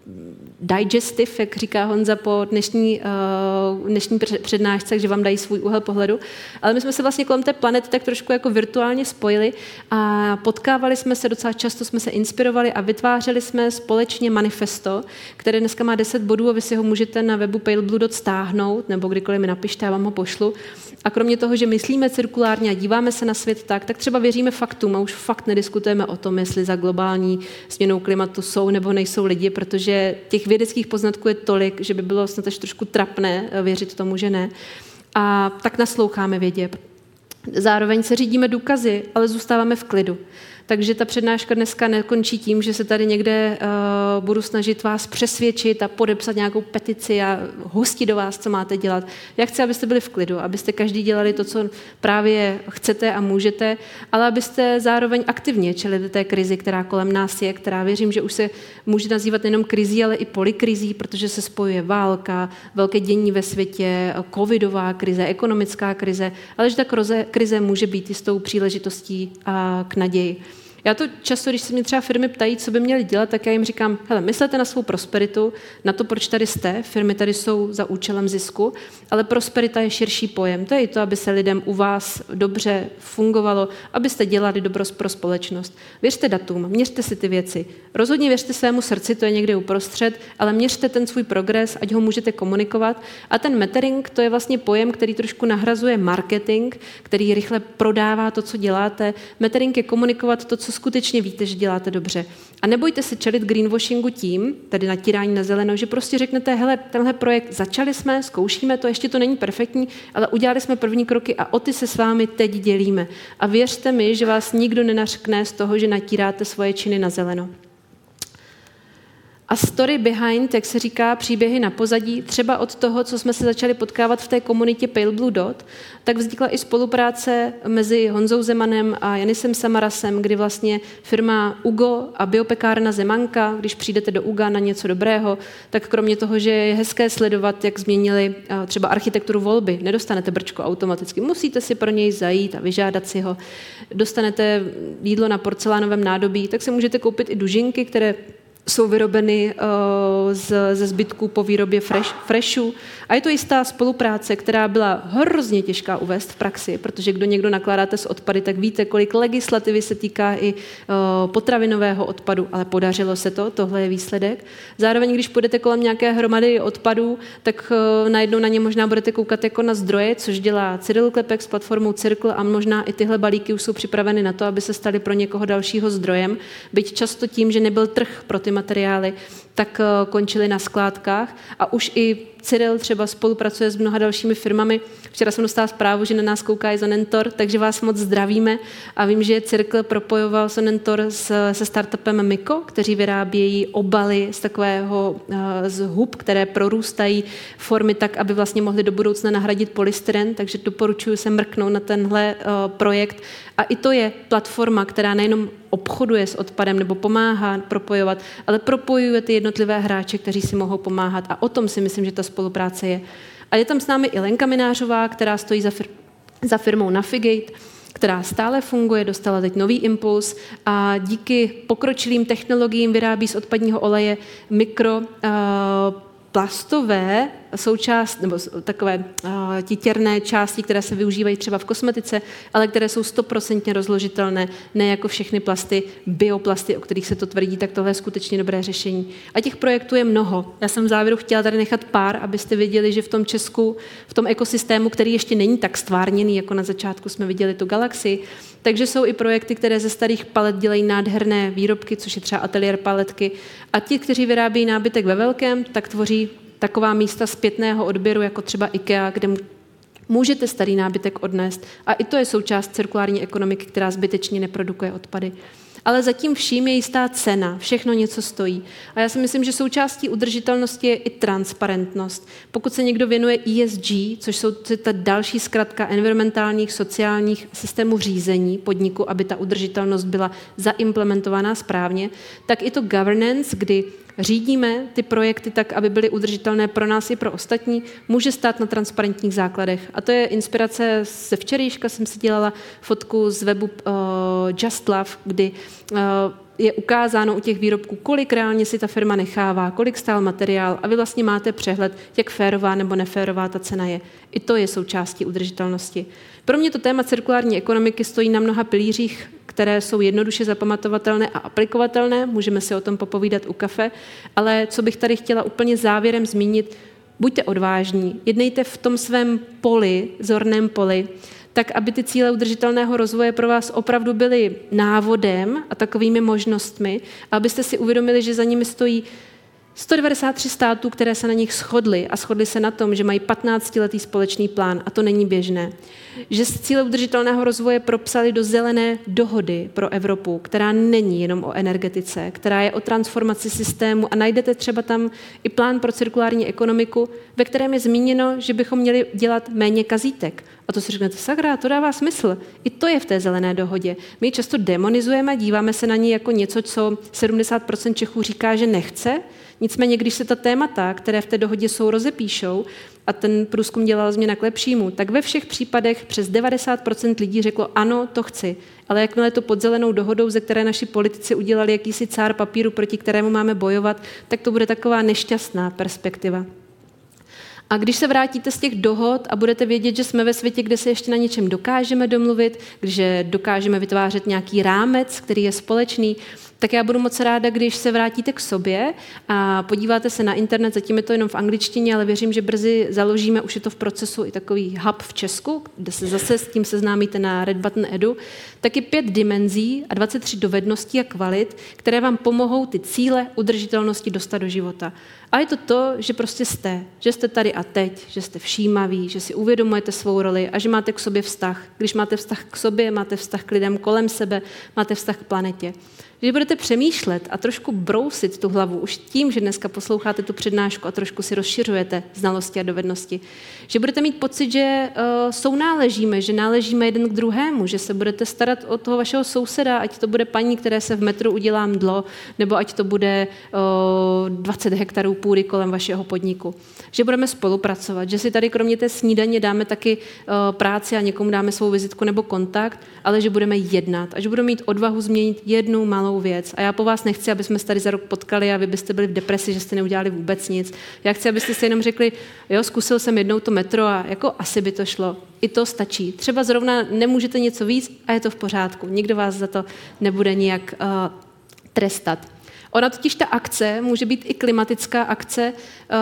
digestive, jak říká Honza po dnešní, uh, dnešní přednášce, že vám dají svůj úhel pohledu. Ale my jsme se vlastně kolem té planety tak trošku jako virtuálně spojili a potkávali jsme se, docela často jsme se inspirovali a vytvářeli jsme společně manifesto, které dneska má deset bodů a vy si ho můžete na webu pale blue dot stáhnout, nebo kdykoliv mi napište, já vám ho pošlu. A kromě toho, že myslíme cirkulárně a díváme se na svět tak, tak třeba věříme faktům a už fakt nediskutujeme o tom, jestli za globální změnou klimatu jsou nebo nejsou lidi, protože těch vědeckých poznatků je tolik, že by bylo snad až trošku trapné věřit tomu, že ne. A tak nasloucháme vědě. Zároveň se řídíme důkazy, ale zůstáváme v klidu. Takže ta přednáška dneska nekončí tím, že se tady někde uh, budu snažit vás přesvědčit a podepsat nějakou petici a hostit do vás, co máte dělat. Já chci, abyste byli v klidu, abyste každý dělali to, co právě chcete a můžete, ale abyste zároveň aktivně čelili té krizi, která kolem nás je, která věřím, že už se může nazývat nejenom krizí, ale i polikrizí, protože se spojuje válka, velké dění ve světě, covidová krize, ekonomická krize, ale že ta krize, krize může být jistou příležitostí a k naději. Já to často, když se mě třeba firmy ptají, co by měly dělat, tak já jim říkám, hele, myslete na svou prosperitu, na to, proč tady jste, firmy tady jsou za účelem zisku, ale prosperita je širší pojem. To je i to, aby se lidem u vás dobře fungovalo, abyste dělali dobro pro společnost. Věřte datům, měřte si ty věci. Rozhodně věřte svému srdci, to je někde uprostřed, ale měřte ten svůj progres, ať ho můžete komunikovat. A ten metering, to je vlastně pojem, který trošku nahrazuje marketing, který rychle prodává to, co děláte. Metering je komunikovat to, co skutečně víte, že děláte dobře. A nebojte se čelit greenwashingu tím, tedy natírání na zeleno, že prostě řeknete, hele, tenhle projekt začali jsme, zkoušíme to, ještě to není perfektní, ale udělali jsme první kroky a o ty se s vámi teď dělíme. A věřte mi, že vás nikdo nenařkne z toho, že natíráte svoje činy na zeleno. A story behind, jak se říká, příběhy na pozadí, třeba od toho, co jsme se začali potkávat v té komunitě Pale Blue Dot, tak vznikla i spolupráce mezi Honzou Zemanem a Janisem Samarasem, kdy vlastně firma Ugo a biopekárna Zemanka, když přijdete do Uga na něco dobrého, tak kromě toho, že je hezké sledovat, jak změnili třeba architekturu volby, nedostanete brčko automaticky, musíte si pro něj zajít a vyžádat si ho. Dostanete jídlo na porcelánovém nádobí, tak si můžete koupit i dužinky, které jsou vyrobeny uh, z, ze zbytků po výrobě fresh, freshu. A je to jistá spolupráce, která byla hrozně těžká uvést v praxi, protože kdo někdo nakládáte s odpady, tak víte, kolik legislativy se týká i uh, potravinového odpadu, ale podařilo se to, tohle je výsledek. Zároveň, když půjdete kolem nějaké hromady odpadů, tak uh, najednou na ně možná budete koukat jako na zdroje, což dělá Cyril Klepek s platformou Circle a možná i tyhle balíky už jsou připraveny na to, aby se staly pro někoho dalšího zdrojem, byť často tím, že nebyl trh pro ty materiály, tak končily na skládkách a už i Cyril třeba spolupracuje s mnoha dalšími firmami. Včera jsem dostala zprávu, že na nás kouká i Sonentor, takže vás moc zdravíme a vím, že Circle propojoval Sonentor s, se startupem Miko, kteří vyrábějí obaly z takového z hub, které prorůstají formy tak, aby vlastně mohly do budoucna nahradit polystyren, takže doporučuji se mrknout na tenhle uh, projekt. A i to je platforma, která nejenom obchoduje s odpadem nebo pomáhá propojovat, ale propojuje ty jednotlivé hráče, kteří si mohou pomáhat. A o tom si myslím, že ta spolupráce je. A je tam s námi i Lenka Minářová, která stojí za, fir- za firmou Navigate, která stále funguje, dostala teď nový impuls a díky pokročilým technologiím vyrábí z odpadního oleje mikro uh, plastové součást, nebo takové uh, titěrné části, které se využívají třeba v kosmetice, ale které jsou stoprocentně rozložitelné, ne jako všechny plasty, bioplasty, o kterých se to tvrdí, tak tohle je skutečně dobré řešení. A těch projektů je mnoho. Já jsem v závěru chtěla tady nechat pár, abyste věděli, že v tom Česku, v tom ekosystému, který ještě není tak stvárněný, jako na začátku jsme viděli tu galaxii, takže jsou i projekty, které ze starých palet dělají nádherné výrobky, což je třeba ateliér paletky. A ti, kteří vyrábí nábytek ve velkém, tak tvoří taková místa zpětného odběru, jako třeba IKEA, kde můžete starý nábytek odnést. A i to je součást cirkulární ekonomiky, která zbytečně neprodukuje odpady. Ale zatím vším je jistá cena, všechno něco stojí. A já si myslím, že součástí udržitelnosti je i transparentnost. Pokud se někdo věnuje E S G, což jsou ta další zkratka environmentálních, sociálních systémů řízení podniku, aby ta udržitelnost byla zaimplementovaná správně, tak i to governance, kdy řídíme ty projekty tak, aby byly udržitelné pro nás i pro ostatní, může stát na transparentních základech. A to je inspirace ze včerejška, jsem si dělala fotku z webu uh, Just Love, kdy uh, je ukázáno u těch výrobků, kolik reálně si ta firma nechává, kolik stál materiál a vy vlastně máte přehled, jak férová nebo neférová ta cena je. I to je součástí udržitelnosti. Pro mě to téma cirkulární ekonomiky stojí na mnoha pilířích, které jsou jednoduše zapamatovatelné a aplikovatelné, můžeme si o tom popovídat u kafe, ale co bych tady chtěla úplně závěrem zmínit, buďte odvážní, jednejte v tom svém poli, zorném poli, tak aby ty cíle udržitelného rozvoje pro vás opravdu byly návodem a takovými možnostmi, a abyste si uvědomili, že za nimi stojí sto devadesát tři států, které se na nich shodly a shodly se na tom, že mají patnáctiletý společný plán a to není běžné. Že z cíle udržitelného rozvoje propsali do zelené dohody pro Evropu, která není jenom o energetice, která je o transformaci systému a najdete třeba tam i plán pro cirkulární ekonomiku, ve kterém je zmíněno, že bychom měli dělat méně kazítek. A to si řeknete, sakra, to dává smysl. I to je v té zelené dohodě. My ji často demonizujeme, díváme se na ní jako něco, co sedmdesát procent Čechů říká, že nechce. Nicméně, když se ta témata, které v té dohodě jsou, rozepíšou, a ten průzkum dělal změna k lepšímu, tak ve všech případech přes devadesát procent lidí řeklo ano, to chci. Ale jakmile to pod zelenou dohodou, ze které naši politici udělali jakýsi cár papíru, proti kterému máme bojovat, tak to bude taková nešťastná perspektiva. A když se vrátíte z těch dohod a budete vědět, že jsme ve světě, kde se ještě na něčem dokážeme domluvit, že dokážeme vytvářet nějaký rámec, který je společný, tak já budu moc ráda, když se vrátíte k sobě a podíváte se na internet, zatím je to jenom v angličtině, ale věřím, že brzy založíme, už je to v procesu, i takový hub v Česku, kde se zase s tím seznámíte na Red Button Edu, taky pět dimenzí a dvacet tři dovedností a kvalit, které vám pomohou ty cíle udržitelnosti dostat do života. A je to to, že prostě jste, že jste tady a teď, že jste všímaví, že si uvědomujete svou roli a že máte k sobě vztah. Když máte vztah k sobě, máte vztah k lidem kolem sebe, máte vztah k planetě. Když budete přemýšlet a trošku brousit tu hlavu už tím, že dneska posloucháte tu přednášku a trošku si rozšiřujete znalosti a dovednosti, že budete mít pocit, že uh, sounáležíme, že náležíme jeden k druhému, že se budete starat o toho vašeho souseda, ať to bude paní, které se v metru udělá mdlo, nebo ať to bude uh, dvacet hektarů půdy kolem vašeho podniku. Že budeme spolupracovat, že si tady kromě té snídaně dáme taky uh, práci a někomu dáme svou vizitku nebo kontakt, ale že budeme jednat a že budeme mít odvahu změnit jednu malou věc. A já po vás nechci, aby jsme se tady za rok potkali a vy byste byli v depresi, že jste neudělali vůbec nic. Já chci, abyste si jenom řekli, jo, zkusil jsem jednou to metro a jako asi by to šlo. I to stačí. Třeba zrovna nemůžete něco víc a je to v pořádku. Nikdo vás za to nebude nijak uh, trestat. Ona totiž ta akce, může být i klimatická akce,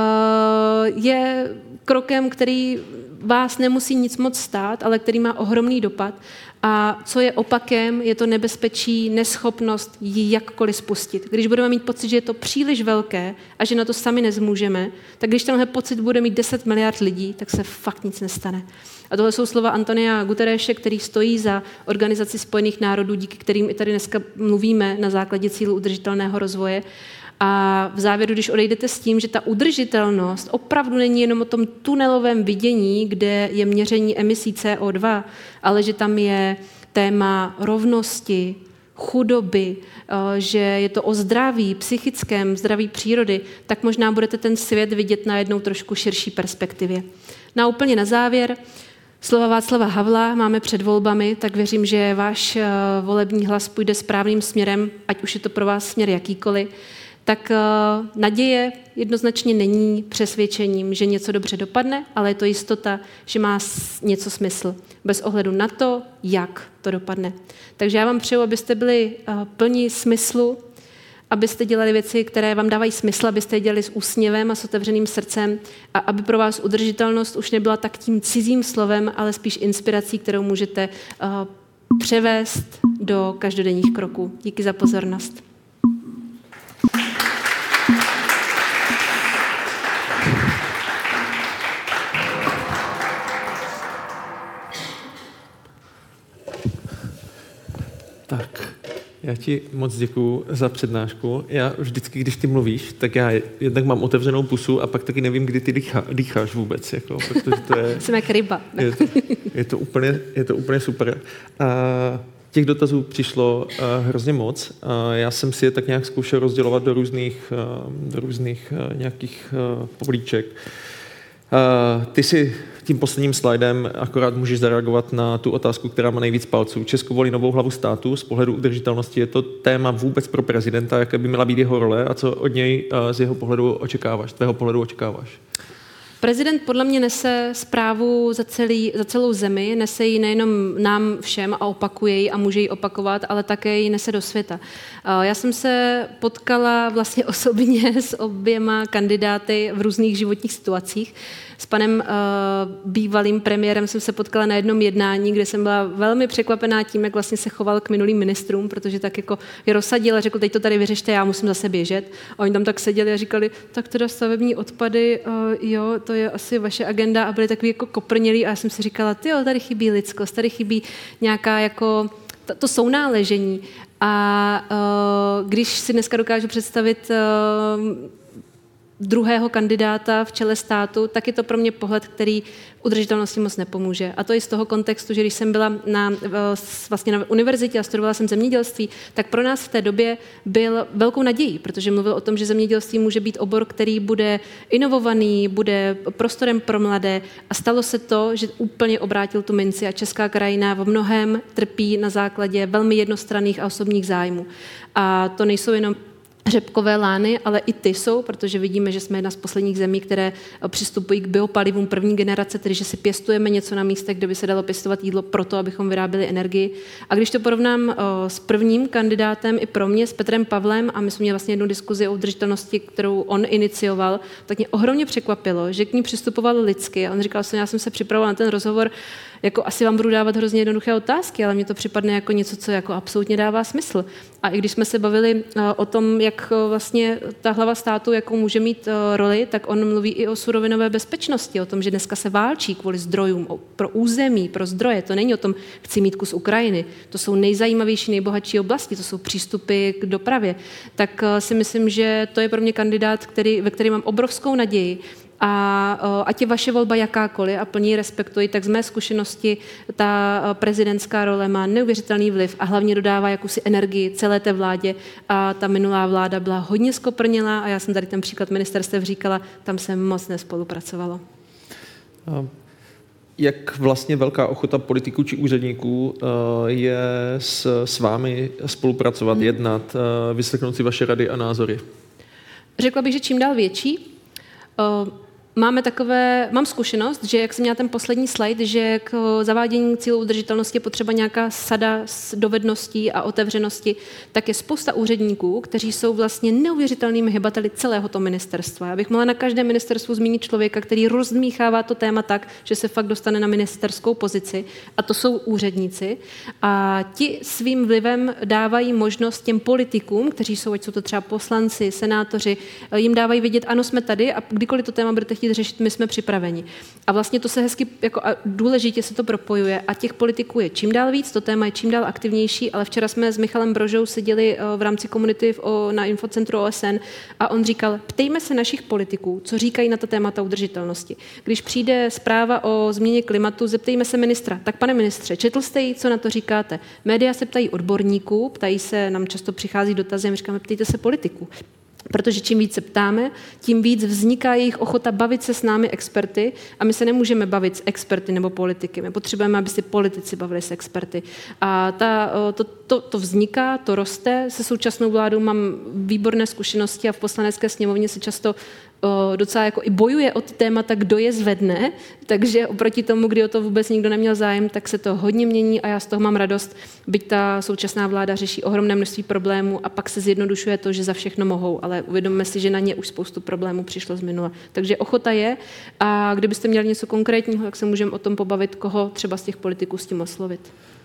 uh, je krokem, který vás nemusí nic moc stát, ale který má ohromný dopad. A co je opakem, je to nebezpečí, neschopnost ji jakkoliv spustit. Když budeme mít pocit, že je to příliš velké a že na to sami nezmůžeme, tak když tenhle pocit bude mít deset miliard lidí, tak se fakt nic nestane. A tohle jsou slova Antonia Guterreše, který stojí za Organizaci spojených národů, díky kterým i tady dneska mluvíme na základě cílů udržitelného rozvoje. A v závěru, když odejdete s tím, že ta udržitelnost opravdu není jenom o tom tunelovém vidění, kde je měření emisí C O dva, ale že tam je téma rovnosti, chudoby, že je to o zdraví, psychickém zdraví přírody, tak možná budete ten svět vidět na jednou trošku širší perspektivě. Na úplně na závěr, slova Václava Havla máme před volbami, tak věřím, že váš volební hlas půjde správným směrem, ať už je to pro vás směr jakýkoliv. Tak uh, naděje jednoznačně není přesvědčením, že něco dobře dopadne, ale je to jistota, že má něco smysl, bez ohledu na to, jak to dopadne. Takže já vám přeju, abyste byli uh, plní smyslu, abyste dělali věci, které vám dávají smysl, abyste je dělali s úsměvem a s otevřeným srdcem a aby pro vás udržitelnost už nebyla tak tím cizím slovem, ale spíš inspirací, kterou můžete uh, převést do každodenních kroků. Díky za pozornost. Tak, já ti moc děkuju za přednášku. Já vždycky, když ty mluvíš, tak já jednak mám otevřenou pusu a pak taky nevím, kdy ty dýchá, dýcháš vůbec, jako, protože to je... Jsem jak ryba. Je to, je to úplně, je to úplně super. A Těch dotazů přišlo uh, hrozně moc. Uh, já jsem si je tak nějak zkoušel rozdělovat do různých, uh, do různých uh, nějakých uh, políček. Uh, ty si tím posledním slajdem akorát můžeš zareagovat na tu otázku, která má nejvíc palců. Česko volí novou hlavu státu. Z pohledu udržitelnosti je to téma vůbec pro prezidenta, jaké by měla být jeho role a co od něj uh, z jeho pohledu očekáváš, z tvého pohledu očekáváš? Prezident podle mě nese zprávu za, celý, za celou zemi, nese ji nejenom nám všem a opakuje ji a může ji opakovat, ale také ji nese do světa. Já jsem se potkala vlastně osobně s oběma kandidáty v různých životních situacích. S panem uh, bývalým premiérem jsem se potkala na jednom jednání, kde jsem byla velmi překvapená tím, jak vlastně se choval k minulým ministrům, protože tak jako je rozsadil a řekl, teď to tady vyřešte, já musím zase běžet. A oni tam tak seděli a říkali, tak teda stavební odpady, uh, jo, to je asi vaše agenda a byli takový jako koprnělí a já jsem si říkala, tyjo, tady chybí lidskost, tady chybí nějaká jako to, to sounáležení. A uh, když si dneska dokážu představit uh, druhého kandidáta v čele státu, tak je to pro mě pohled, který udržitelnosti moc nepomůže. A to i z toho kontextu, že když jsem byla na, vlastně na univerzitě a studovala jsem zemědělství, tak pro nás v té době byl velkou nadějí, protože mluvil o tom, že zemědělství může být obor, který bude inovovaný, bude prostorem pro mladé a stalo se to, že úplně obrátil tu minci a česká krajina v mnohém trpí na základě velmi jednostranných a osobních zájmů. A to nejsou jenom řepkové lány, ale i ty jsou, protože vidíme, že jsme jedna z posledních zemí, které přistupují k biopalivům první generace, tedy že si pěstujeme něco na místech, kde by se dalo pěstovat jídlo proto, abychom vyráběli energii. A když to porovnám o, s prvním kandidátem i pro mě, s Petrem Pavlem, a my jsme měli vlastně jednu diskuzi o udržitelnosti, kterou on inicioval, tak mě ohromně překvapilo, že k ní přistupoval lidsky. A on říkal, že já jsem se připravoval na ten rozhovor, jako asi vám budu dávat hrozně jednoduché otázky, ale mně to připadne jako něco, co jako absolutně dává smysl. A i když jsme se bavili o tom, jak vlastně ta hlava státu, jakou může mít roli, tak on mluví i o surovinové bezpečnosti, o tom, že dneska se válčí kvůli zdrojům, pro území, pro zdroje. To není o tom, chci mít kus Ukrajiny. To jsou nejzajímavější, nejbohatší oblasti, to jsou přístupy k dopravě. Tak si myslím, že to je pro mě kandidát, který, ve kterém mám obrovskou naději. A ať je vaše volba jakákoliv a plně ji respektuji, tak z mé zkušenosti ta prezidentská role má neuvěřitelný vliv a hlavně dodává jakousi energii celé té vládě. A ta minulá vláda byla hodně skoprnělá a já jsem tady ten příklad ministerstev říkala, tam se moc nespolupracovalo. Jak vlastně velká ochota politiků či úředníků je s, s vámi spolupracovat, hmm. jednat, vyslechnout si vaše rady a názory? Řekla bych, že čím dál větší. Máme takové, mám zkušenost, že jak jsem měla ten poslední slide, že k zavádění cílů udržitelnosti je potřeba nějaká sada dovedností a otevřenosti, tak je spousta úředníků, kteří jsou vlastně neuvěřitelnými hybateli celého toho ministerstva. Já bych mohla na každém ministerstvu zmínit člověka, který rozdmíchává to téma tak, že se fakt dostane na ministerskou pozici, a to jsou úředníci. A ti svým vlivem dávají možnost těm politikům, kteří jsou, ať jsou to třeba poslanci, senátoři, jim dávají vědět, ano, jsme tady a kdykoliv to téma budete chtít řešit, my jsme připraveni. A vlastně to se hezky, jako a důležitě se to propojuje a těch politiků je čím dál víc, to téma je čím dál aktivnější, ale včera jsme s Michalem Brožou seděli v rámci komunity na infocentru O S N a on říkal, ptejme se našich politiků, co říkají na ta témata udržitelnosti. Když přijde zpráva o změně klimatu, zeptejme se ministra. Tak pane ministře, četl jste ji, co na to říkáte? Média se ptají odborníků, ptají se, nám často přichází dotazy a my říkáme, ptejte se politiků. Protože čím víc se ptáme, tím víc vzniká jejich ochota bavit se s námi experty a my se nemůžeme bavit s experty nebo politiky. My potřebujeme, aby si politici bavili s experty. A ta, to, to, to vzniká, to roste. Se současnou vládou mám výborné zkušenosti a v poslanecké sněmovně se často o, docela jako i bojuje o ty témata, kdo je zvedne, takže oproti tomu, kdy o to vůbec nikdo neměl zájem, tak se to hodně mění a já z toho mám radost, byť ta současná vláda řeší ohromné množství problémů a pak se zjednodušuje to, že za všechno mohou, ale uvědomme si, že na ně už spoustu problémů přišlo z minula. Takže ochota je a kdybyste měli něco konkrétního, tak se můžeme o tom pobavit, koho třeba z těch politiků s tím oslovit.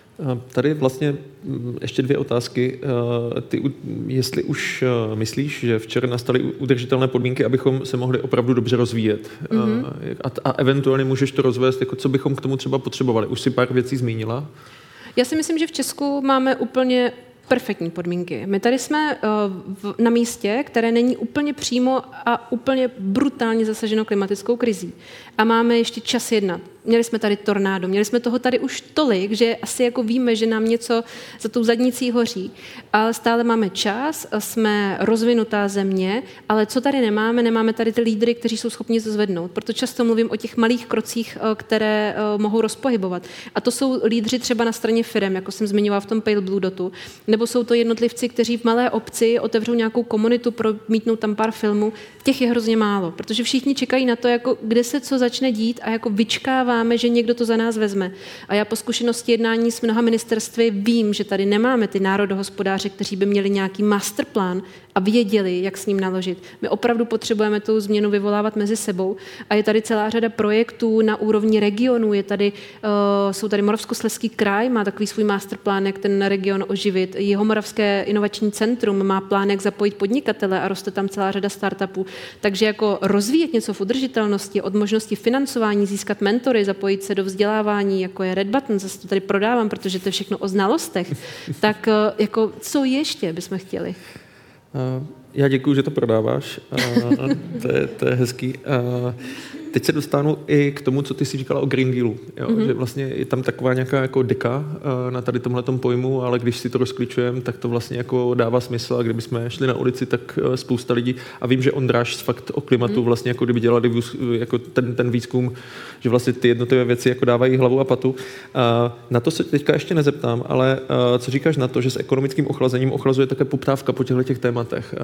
Tady vlastně ještě dvě otázky. Ty, jestli už myslíš, že včera nastaly udržitelné podmínky, abychom se mohli opravdu dobře rozvíjet. Mm-hmm. A, a eventuálně můžeš to rozvést, jako co bychom k tomu třeba potřebovali. Už si pár věcí zmínila. Já si myslím, že v Česku máme úplně perfektní podmínky. My tady jsme uh, na místě, které není úplně přímo a úplně brutálně zasaženo klimatickou krizí. A máme ještě čas jednat. Měli jsme tady tornádo, měli jsme toho tady už tolik, že asi jako víme, že nám něco za tou zadnicí hoří. Ale stále máme čas, jsme rozvinutá země, ale co tady nemáme, nemáme tady ty lídry, kteří jsou schopni to zvednout. Proto často mluvím o těch malých krocích, které mohou rozpohybovat. A to jsou lídři třeba na straně firem, jako jsem zmiňovala v tom Pale Blue Dotu, nebo jsou to jednotlivci, kteří v malé obci otevřou nějakou komunitu, promítnou tam pár filmů. Těch je hrozně málo, protože všichni čekají na to, jako kde se co začne dít a jako vyčkáváme, že někdo to za nás vezme. A já po zkušenosti jednání s mnoha ministerstvy vím, že tady nemáme ty národohospodáře, kteří by měli nějaký masterplán a věděli, jak s ním naložit. My opravdu potřebujeme tu změnu vyvolávat mezi sebou a je tady celá řada projektů na úrovni regionu. Je tady, uh, jsou tady Moravskoslezský kraj, má takový svůj masterplán, jak ten region oživit. Jihomoravské inovační centrum má plán, jak zapojit podnikatele a roste tam celá řada startupů. Takže jako rozvíjet něco v udržitelnosti, od možnosti financování, získat mentory, zapojit se do vzdělávání, jako je Red Button, zase to tady prodávám, protože to je všechno o znalostech, tak uh, jako co ještě bychom chtěli? Já děkuju, že to prodáváš. to, je, to je hezký. Teď se dostanu i k tomu, co ty jsi říkala o Green Dealu. Jo? Mm-hmm. Že vlastně je tam taková nějaká jako deka na tady tomhletom pojmu, ale když si to rozklíčujeme, tak to vlastně jako dává smysl. A kdybychom šli na ulici, tak spousta lidí, a vím, že Ondráš fakt o klimatu mm-hmm. vlastně jako kdyby dělali jako ten, ten výzkum, že vlastně ty jednotlivé věci jako dávají hlavu a patu. Na to se teďka ještě nezeptám, ale co říkáš na to, že s ekonomickým ochlazením ochlazuje také poptávka po těchto těch tématech?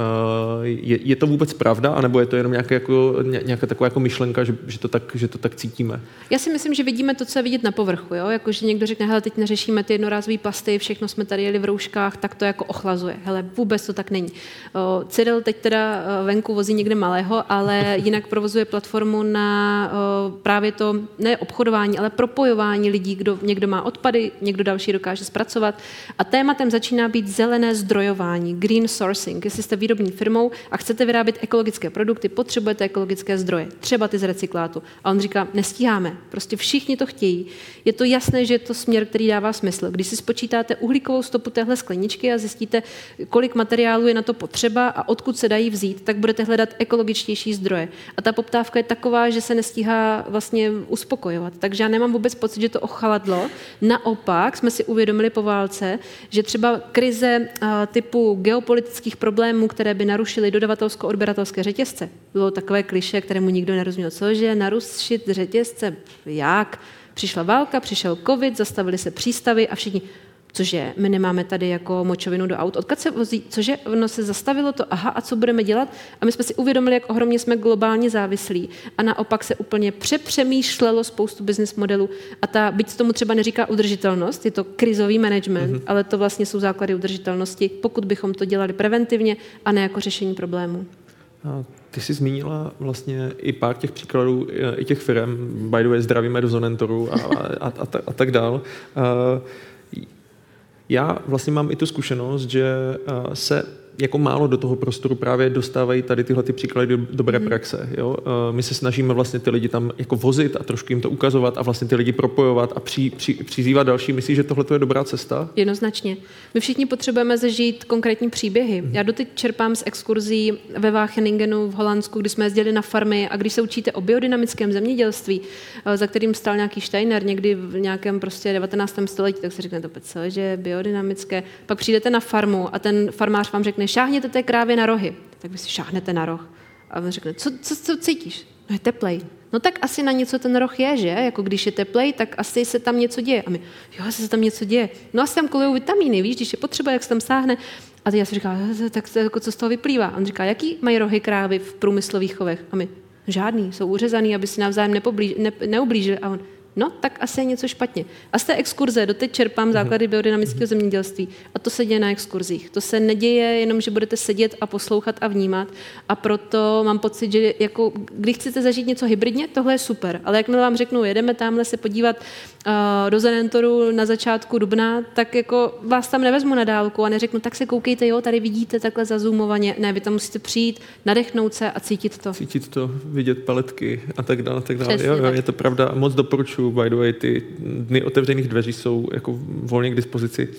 Je, je to vůbec pravda, anebo je to jenom nějaká, jako, nějaká taková jako myšlenka, že Že to, tak, že to tak cítíme? Já si myslím, že vidíme to, co je vidět na povrchu. Jo? Jako, že někdo řekne, hele, teď neřešíme ty jednorázové plasty, všechno jsme tady jeli v rouškách, tak to jako ochlazuje. Hele, vůbec to tak není. O, Cyril teď teda venku vozí někde malého, ale jinak provozuje platformu na o, právě to, ne obchodování, ale propojování lidí, kdo někdo má odpady, někdo další dokáže zpracovat. A tématem začíná být zelené zdrojování, green sourcing. Jestli jste výrobní firmou a chcete vyrábět ekologické produkty, potřebujete ekologické zdroje, třeba ty z recyklátu. A on říká, nestíháme, prostě všichni to chtějí. Je to jasné, že je to směr, který dává smysl. Když si spočítáte uhlíkovou stopu téhle skleničky a zjistíte, kolik materiálu je na to potřeba a odkud se dají vzít, tak budete hledat ekologičtější zdroje. A ta poptávka je taková, že se nestíhá vlastně uspokojovat. Takže já nemám vůbec pocit, že to ochaladlo. Naopak jsme si uvědomili po válce, že třeba krize typu geopolitických problémů, které by narušily dodavatelsko-odběratelské řetězce, bylo takové klišé, kterému nikdo nerozuměl. Cože, narušit řetězce, jak? Přišla válka, přišel covid, zastavily se přístavy a všichni, cože, my nemáme tady jako močovinu do aut, odkud se vozí, cože, ono se zastavilo to, aha, a co budeme dělat? A my jsme si uvědomili, jak ohromně jsme globálně závislí a naopak se úplně přepřemýšlelo spoustu business modelů a ta, byť tomu třeba neříká udržitelnost, je to krizový management, mm-hmm. ale to vlastně jsou základy udržitelnosti, pokud bychom to dělali preventivně a ne jako řešení problémů. A ty jsi zmínila vlastně i pár těch příkladů, i těch firem, by the way, zdravíme do Zonentoru a, a, a, a tak dál. Já vlastně mám i tu zkušenost, že se jako málo do toho prostoru právě dostávají tady tyhle ty příklady do dobré praxe. Jo? My se snažíme vlastně ty lidi tam jako vozit a trošku jim to ukazovat a vlastně ty lidi propojovat a při, při, přizývat další. Myslíš, že tohle je dobrá cesta? Jednoznačně. My všichni potřebujeme zažít konkrétní příběhy. Já doteď čerpám z exkurzí ve Wacheningenu v Holandsku, kdy jsme jezdili na farmy a když se učíte o biodynamickém zemědělství, za kterým stál nějaký Steiner někdy v nějakém prostě devatenáctém století, tak se řekne to co, že biodynamické. Pak přijdete na farmu a ten farmář vám řekne, šáhněte té krávě na rohy. Tak vy si šáhnete na roh. A on řekne, co, co, co cítíš? No je teplej. No tak asi na něco ten roh je, že? Jako když je teplej, tak asi se tam něco děje. A my, jo, asi se tam něco děje. No asi tam kolujou vitamíny, víš, když je potřeba, jak se tam sáhne. A já si říkám, tak jako co z toho vyplývá? A on říká, jaký mají rohy krávy v průmyslových chovech? A my, žádný, jsou uřezaný, aby si navzájem nepoblíž, ne, neublížili. A on, no, tak asi je něco špatně. A z té exkurze doteď čerpám základy biodynamického zemědělství. A to se děje na exkurzích. To se neděje jenom, že budete sedět a poslouchat a vnímat. A proto mám pocit, že jako, když chcete zažít něco hybridně, tohle je super. Ale jakmile vám řeknu, jedeme tamhle se podívat uh, do Zonentoru na začátku dubna, tak jako vás tam nevezmu na dálku a neřeknu, tak se koukejte, jo, tady vidíte takhle zazumovaně. Ne, vy tam musíte přijít, nadechnout se a cítit to. Cítit to, vidět paletky a tak dále. Tak dále. Jo, jo, je to pravda. Moc doporučuji. By the way, ty dny otevřených dveří jsou jako volně k dispozici.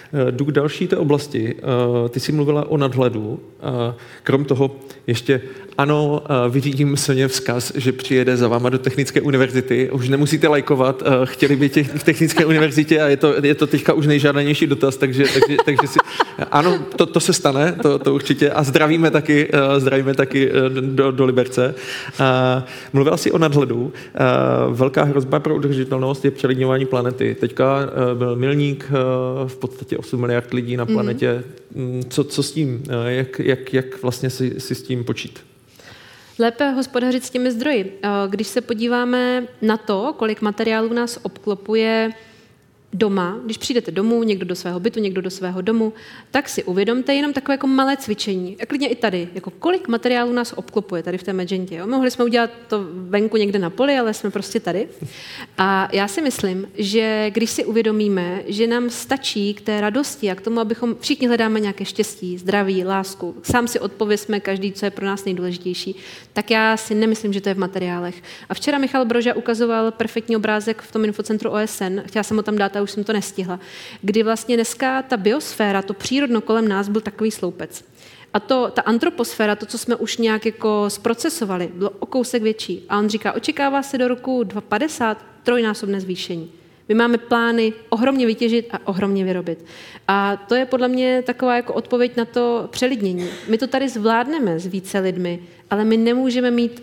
Jdu k další té oblasti. Ty jsi mluvila o nadhledu. Krom toho ještě, ano, vyřídím Soně vzkaz, že přijede za váma do Technické univerzity. Už nemusíte lajkovat, chtěli by tě v Technické univerzitě a je to, je to teďka už nejžádanější dotaz, takže, takže, takže si, ano, to, to se stane, to, to určitě. A zdravíme taky, zdravíme taky do, do Liberce. Mluvila jsi o nadhledu. Velká hrozba pro udržitelnost je přelidňování planety. Teďka byl milník v podstatě osm miliard lidí na planetě. Mm. Co, co s tím? Jak, jak, jak vlastně si, si s tím počít? Lépe hospodařit s těmi zdroji. Když se podíváme na to, kolik materiálů nás obklopuje doma, když přijdete domů, někdo do svého bytu, někdo do svého domu, tak si uvědomte jenom takové jako malé cvičení. A klidně i tady, jako kolik materiálů nás obklopuje tady v té Magentě. Jo? Mohli jsme udělat to venku někde na poli, ale jsme prostě tady. A já si myslím, že když si uvědomíme, že nám stačí k té radosti a k tomu, abychom všichni hledáme nějaké štěstí, zdraví, lásku, sám si odpověsme každý, co je pro nás nejdůležitější, tak já si nemyslím, že to je v materiálech. A včera Michal Broža ukazoval perfektní obrázek v tom infocentru O S N, chtěla jsem ho tam dát, už jsem to nestihla, kdy vlastně dneska ta biosféra, to přírodno kolem nás byl takový sloupec. A to, ta antroposféra, to, co jsme už nějak jako zprocesovali, bylo o kousek větší. A on říká, očekává se do roku dva tisíce padesát trojnásobné zvýšení. My máme plány ohromně vytěžit a ohromně vyrobit. A to je podle mě taková jako odpověď na to přelidnění. My to tady zvládneme s více lidmi, ale my nemůžeme mít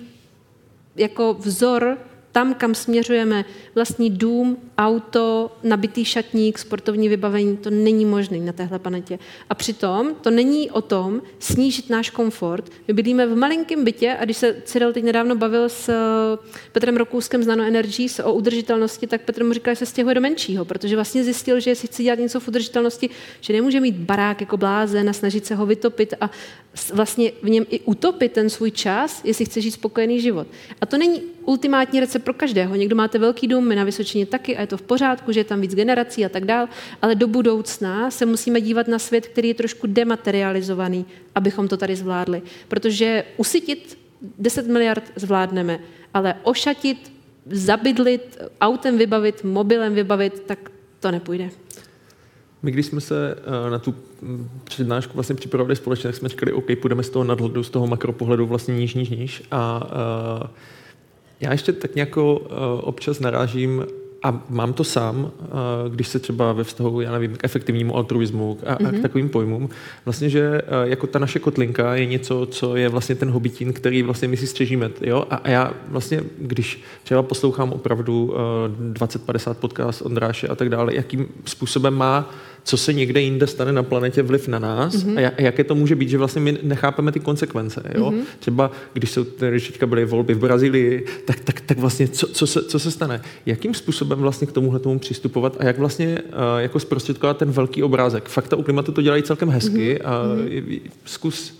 jako vzor tam, kam směřujeme, vlastní dům, auto, nabitý šatník, sportovní vybavení, to není možné na téhle planetě. A přitom to není o tom snížit náš komfort. My bydlíme v malinkém bytě a když se Cyril teď nedávno bavil s Petrem Rokouskem z Nano Energies o udržitelnosti, tak Petr mu říkal, že se stěhuje do menšího, protože vlastně zjistil, že jestli chce dělat něco v udržitelnosti, že nemůže mít barák jako blázen a snažit se ho vytopit a vlastně v něm i utopit ten svůj čas, jestli chce žít spokojený život. A to není ultimátní recept pro každého. Někdo máte velký dům, my na Vysočině taky a je to v pořádku, že je tam víc generací a tak dál, ale do budoucna se musíme dívat na svět, který je trošku dematerializovaný, abychom to tady zvládli. Protože usytit deset miliard zvládneme, ale ošatit, zabydlit, autem vybavit, mobilem vybavit, tak to nepůjde. My, když jsme se na tu přednášku vlastně připravili společně, tak jsme říkali, OK, půjdeme z toho nadhledu, z toho makropohledu vlastně níž, níž, níž. A uh, já ještě tak nějak uh, občas narážím a mám to sám, uh, když se třeba ve vztahu, já nevím, k efektivnímu altruismu a, mm-hmm. a k takovým pojmům, vlastně, že uh, jako ta naše kotlinka je něco, co je vlastně ten hobitín, který vlastně my si střežíme. Jo? A, a já vlastně, když třeba poslouchám opravdu uh, dvacet padesát podcast Ondráše a tak dále, jakým způsobem má co se někde jinde stane na planetě vliv na nás mm-hmm. a jaké to může být, že vlastně my nechápeme ty konsekvence. Jo? Mm-hmm. Třeba když jsou když teďka byly volby v Brazílii, tak, tak, tak vlastně co, co, se, co se stane? Jakým způsobem vlastně k tomuhle tomu přistupovat a jak vlastně uh, jako zprostředkovat ten velký obrázek? Fakta o klimatu to dělají celkem hezky mm-hmm. a mm-hmm. zkus.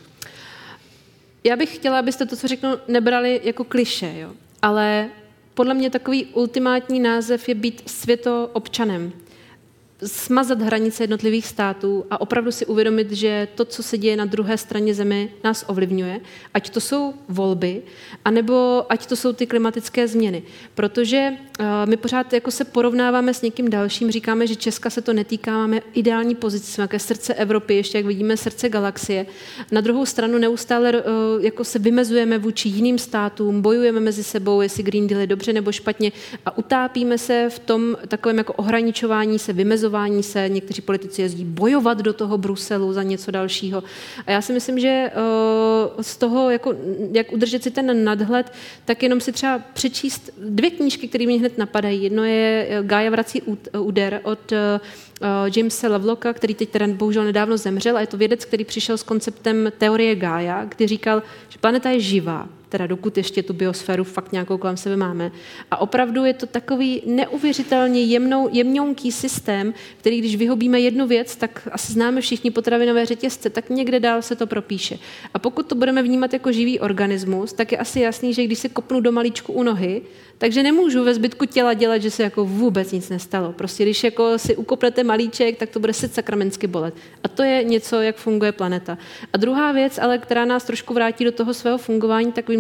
Já bych chtěla, abyste to, co řeknu, nebrali jako klišé, jo? Ale podle mě takový ultimátní název je být světoobčanem. Smazat hranice jednotlivých států a opravdu si uvědomit, že to, co se děje na druhé straně Zemi, nás ovlivňuje, ať to jsou volby, anebo ať to jsou ty klimatické změny. Protože uh, my pořád jako se porovnáváme s někým dalším, říkáme, že Česka se to netýká, máme ideální pozici, jsme jaké srdce Evropy, ještě jak vidíme srdce galaxie. Na druhou stranu neustále uh, jako se vymezujeme vůči jiným státům, bojujeme mezi sebou, jestli Green Deal je dobře nebo špatně a utápíme se v tom takovém jako ohraničování se, vymezování se, někteří politici jezdí bojovat do toho Bruselu za něco dalšího. A já si myslím, že uh, z toho, jako, jak udržet si ten nadhled, tak jenom si třeba přečíst dvě knížky, které mě hned napadají. Jedno je Gaia vrací úder od uh, Jamesa Lovelocka, který teď teda bohužel nedávno zemřel a je to vědec, který přišel s konceptem teorie Gaia, kdy říkal, že planeta je živá, teda dokud ještě tu biosféru fakt nějakou kolem sebe máme. A opravdu je to takový neuvěřitelně jemnou, jemňonký systém, který když vyhobíme jednu věc, tak asi známe všichni potravinové řetězce, tak někde dál se to propíše. A pokud to budeme vnímat jako živý organismus, tak je asi jasný, že když se kopnu do malíčku u nohy, takže nemůžu ve zbytku těla dělat, že se jako vůbec nic nestalo. Prostě když jako si ukopnete malíček, tak to bude se sakramensky bolet. A to je něco, jak funguje planeta. A druhá věc, ale která nás trošku vrátí do toho svého fungování takovým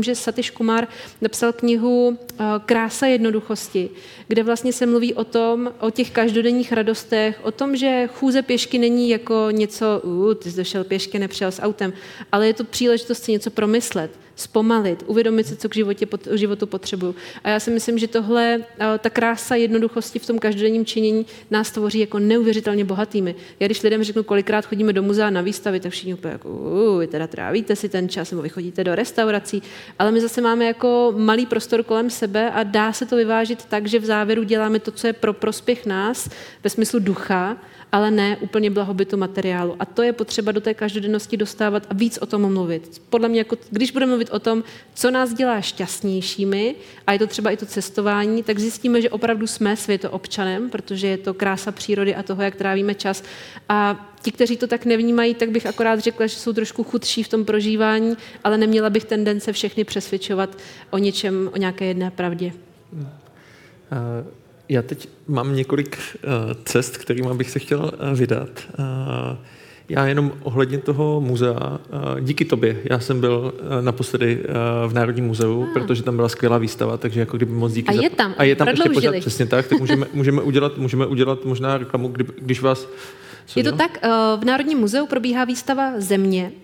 vím, že Satish Kumar napsal knihu Krása jednoduchosti, kde vlastně se mluví o tom, o těch každodenních radostech, o tom, že chůze pěšky není jako něco, uh, ty jsi došel pěšky, nepřijel s autem, ale je to příležitost si něco promyslet, zpomalit, uvědomit si, co k životě, k životu potřebuju. A já si myslím, že tohle, ta krása jednoduchosti v tom každodenním činění nás tvoří jako neuvěřitelně bohatými. Já když lidem řeknu, kolikrát chodíme do muzea na výstavy, tak všichni úplně jako, uh, vy teda trávíte si ten čas, nebo vy chodíte do restaurací, ale my zase máme jako malý prostor kolem sebe a dá se to vyvážit tak, že v závěru děláme to, co je pro prospěch nás, ve smyslu ducha, ale ne úplně blahobytu materiálu. A to je potřeba do té každodennosti dostávat a víc o tom mluvit. Podle mě, jako, když budeme mluvit o tom, co nás dělá šťastnějšími, a je to třeba i to cestování, tak zjistíme, že opravdu jsme světoobčanem, protože je to krása přírody a toho, jak trávíme čas. A ti, kteří to tak nevnímají, tak bych akorát řekla, že jsou trošku chudší v tom prožívání, ale neměla bych tendence všechny přesvědčovat o něčem, o nějaké jedné pravdě. Uh... Já teď mám několik uh, cest, kterými bych se chtěl uh, vydat. Uh, já jenom ohledně toho muzea, uh, díky tobě, já jsem byl uh, naposledy uh, v Národním muzeu, ah. protože tam byla skvělá výstava, takže jako kdyby moc díky. A je tam, za... A je tam ještě pořád, přesně tak, tak můžeme, můžeme, udělat, můžeme udělat možná reklamu, kdy, když vás... Je to tak, uh, v Národním muzeu probíhá výstava Země,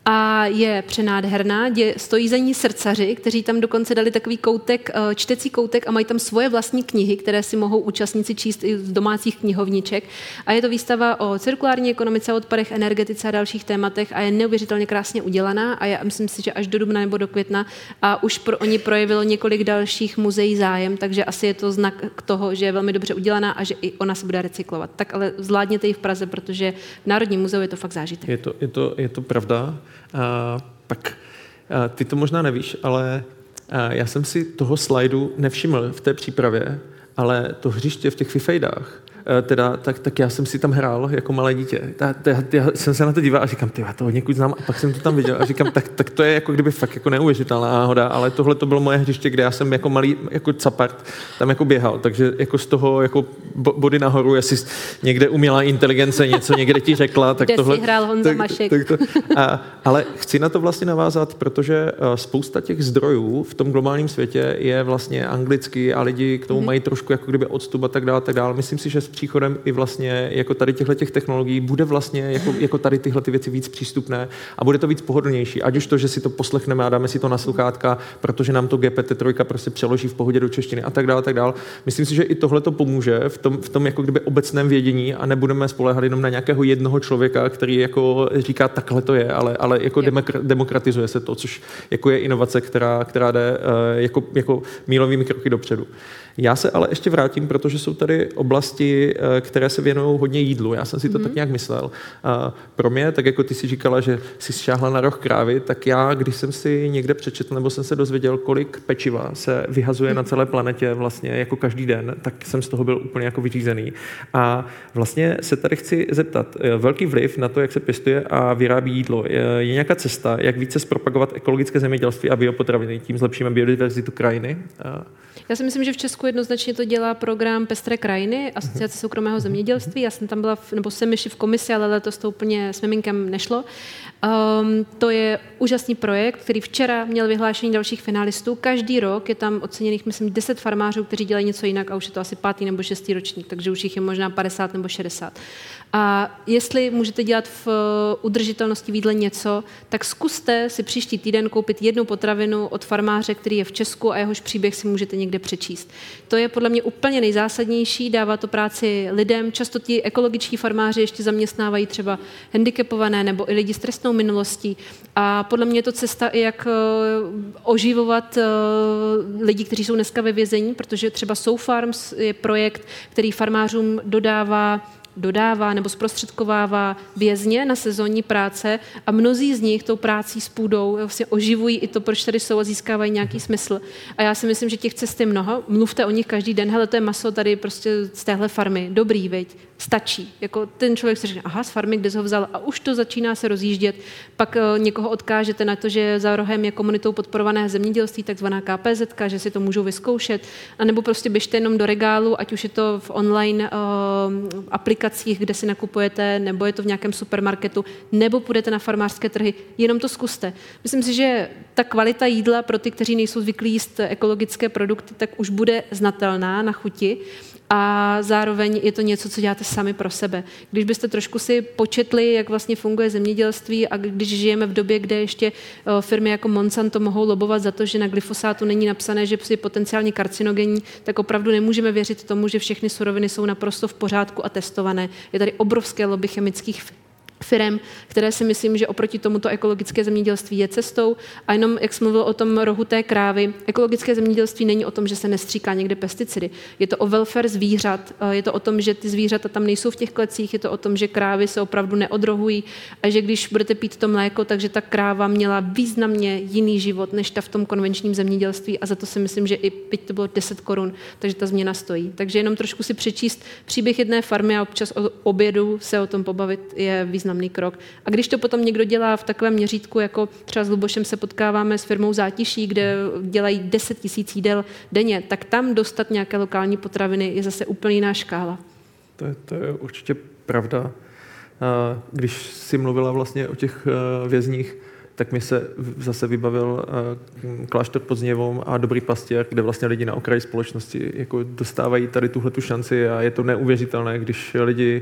a je přenádherná, je, stojí za ní srdcaři, kteří tam dokonce dali takový koutek, čtecí koutek a mají tam svoje vlastní knihy, které si mohou účastníci číst i z domácích knihovniček. A je to výstava o cirkulární ekonomice, odpadech, energetice a dalších tématech a je neuvěřitelně krásně udělaná a já myslím si, že až do dubna nebo do května a už pro oni projevilo několik dalších muzeí zájem, takže asi je to znak toho, že je velmi dobře udělaná a že i ona se bude recyklovat. Tak ale zvládněte ji v Praze, protože v Národním muzeu je to fakt zážitek. Je to, je to, je to pravda. A pak a ty to možná nevíš, ale já jsem si toho slajdu nevšiml v té přípravě, ale to hřiště v těch fifejdách, teda, tak, tak já jsem si tam hrál jako malé dítě. Ta, ta, já jsem se na to díval a říkám, ty, já to někud znám a pak jsem to tam viděl a říkám, tak, tak to je jako kdyby fakt jako neuvěřitelná náhoda, ale tohle to bylo moje hřiště, kde já jsem jako malý jako capart tam jako běhal, takže jako z toho jako body nahoru, jestli někde umělá inteligence něco někde ti řekla, tak kde tohle... si hrál Honza tak, Mašek. Tak to, a, ale chci na to vlastně navázat, protože spousta těch zdrojů v tom globálním světě je vlastně anglicky a lidi k tomu mají trošku jako kdyby odstup a tak dále, tak dále. Myslím si, že s příchodem i vlastně jako tady těchto těch technologií bude vlastně jako, jako tady tyhle ty věci víc přístupné a bude to víc pohodlnější. Ať už to, že si to poslechneme a dáme si to na sluchátka, protože nám to G P T tři prostě přeloží v pohodě do češtiny a tak dále, tak dále. Myslím si, že i tohle to pomůže v tom, v tom jako kdyby obecném vědění a nebudeme spoléhat jenom na nějakého jednoho člověka, který jako říká, takhle to je, ale, ale jako demokratizuje se to, což jako je inovace, která, která jde jako, jako mílovými kroky dopředu. Já se ale ještě vrátím, protože jsou tady oblasti, které se věnují hodně jídlu. Já jsem si to mm-hmm. tak nějak myslel. Pro mě, tak jako ty si říkala, že jsi šáhla na roh krávy, tak já, když jsem si někde přečetl nebo jsem se dozvěděl, kolik pečiva se vyhazuje mm-hmm. na celé planetě vlastně jako každý den, tak jsem z toho byl úplně jako vyřízený. A vlastně se tady chci zeptat, velký vliv na to, jak se pěstuje a vyrábí jídlo. Je nějaká cesta, jak více zpropagovat ekologické zemědělství a biopotraviny, tím zlepšíme biodiverzitu krajiny? Já si myslím, že v Česku jednoznačně to dělá program Pestré krajiny, Asociace soukromého zemědělství. Já jsem tam byla, v, nebo jsem ještě v komisi, ale letos to úplně s miminkem nešlo. Um, to je úžasný projekt, který včera měl vyhlášení dalších finalistů. Každý rok je tam oceněných, myslím, deset farmářů, kteří dělají něco jinak a už je to asi pátý nebo šestý ročník, takže už jich je možná padesát nebo šedesát. A jestli můžete dělat v udržitelnosti v jídle něco, tak zkuste si příští týden koupit jednu potravinu od farmáře, který je v Česku a jehož příběh si můžete někde přečíst. To je podle mě úplně nejzásadnější, dává to práci lidem. Často ti ekologičtí farmáři ještě zaměstnávají třeba handicapované nebo i lidi s trestnou minulostí. A podle mě je to cesta i jak oživovat lidi, kteří jsou dneska ve vězení, protože třeba So Farms je projekt, který farmářům dodává dodává nebo zprostředkovává vězně na sezónní práce a mnozí z nich tou prácí s půdou vlastně oživují i to, proč tady jsou a získávají nějaký smysl. A já si myslím, že těch cest je mnoho. Mluvte o nich každý den. Hele, to je maso tady prostě z téhle farmy. Dobrý, viď? Stačí. Jako ten člověk si řekne, aha, z farmy, kde jsi ho vzal, a už to začíná se rozjíždět. Pak uh, někoho odkážete na to, že za rohem je komunitou podporované zemědělství, takzvaná K P Z, že si to můžou vyzkoušet, anebo prostě běžte jenom do regálu, ať už je to v online uh, aplikacích, kde si nakupujete, nebo je to v nějakém supermarketu, nebo půjdete na farmářské trhy, jenom to zkuste. Myslím si, že ta kvalita jídla pro ty, kteří nejsou zvyklí jíst ekologické produkty, tak už bude znatelná na chuti. A zároveň je to něco, co děláte sami pro sebe. Když byste trošku si početli, jak vlastně funguje zemědělství a když žijeme v době, kde ještě firmy jako Monsanto mohou lobovat za to, že na glyfosátu není napsané, že je potenciálně karcinogenní, tak opravdu nemůžeme věřit tomu, že všechny suroviny jsou naprosto v pořádku a testované. Je tady obrovské lobby chemických firem, které si myslím, že oproti tomuto ekologické zemědělství je cestou. A jenom, jak jsem mluvil o tom rohu té krávy, ekologické zemědělství není o tom, že se nestříká někde pesticidy. Je to o welfare zvířat, je to o tom, že ty zvířata tam nejsou v těch klecích, je to o tom, že krávy se opravdu neodrohují a že když budete pít to mléko, takže ta kráva měla významně jiný život, než ta v tom konvenčním zemědělství a za to si myslím, že i byť to bylo deset korun, takže ta změna stojí. Takže jenom trošku si přečíst příběh jedné farmy a občas o obědu se o tom pobavit je významný krok. A když to potom někdo dělá v takovém měřítku, jako třeba s Lubošem se potkáváme s firmou Zátiší, kde dělají deset tisíc jídel denně, tak tam dostat nějaké lokální potraviny je zase úplně jiná škála. To je, to je určitě pravda. Když jsi mluvila vlastně o těch vězních, tak mi se zase vybavil Klášter pod Zněvom a Dobrý pastěr, kde vlastně lidi na okraji společnosti jako dostávají tady tuhletu šanci a je to neuvěřitelné, když lidi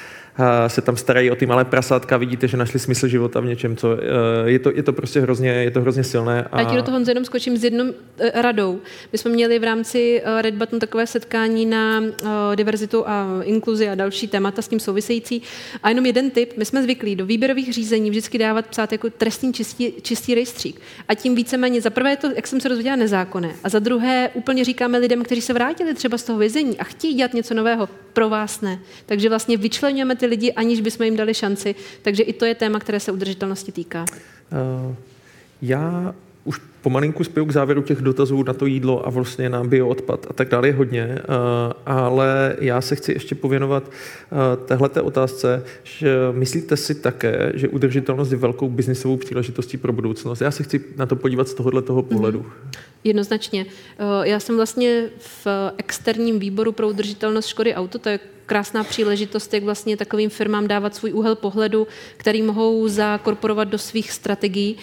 se tam starají o ty malé prasátka, vidíte, že našli smysl života v něčem, co je to, je to prostě hrozně, je to hrozně silné. A já ti do toho, Honzo, jenom skočím s jednou radou. My jsme měli v rámci Red Button takové setkání na diverzitu a inkluzi a další témata s tím související. A jenom jeden tip, my jsme zvyklí do výběrových řízení vždycky dávat, psát jako trestní čistý, čistý rejstřík. A tím víceméně, za prvé je to, jak jsem se dozvěděla, nezákonné. A za druhé úplně říkáme lidem, kteří se vrátili třeba z toho vězení a chtějí dělat něco nového, pro vás ne. Takže vlastně vyčleňujeme ty lidi, aniž bychom jim dali šanci. Takže i to je téma, které se udržitelnosti týká. Uh, já už pomalinku spěju k závěru těch dotazů na to jídlo a vlastně na bioodpad a tak dále je hodně, uh, ale já se chci ještě pověnovat uh, téhleté otázce, že myslíte si také, že udržitelnost je velkou biznisovou příležitostí pro budoucnost? Já se chci na to podívat z tohohle toho pohledu. Mm-hmm. Jednoznačně. Já jsem vlastně v externím výboru pro udržitelnost Škody Auto, to je krásná příležitost, jak vlastně takovým firmám dávat svůj úhel pohledu, který mohou zakorporovat do svých strategií.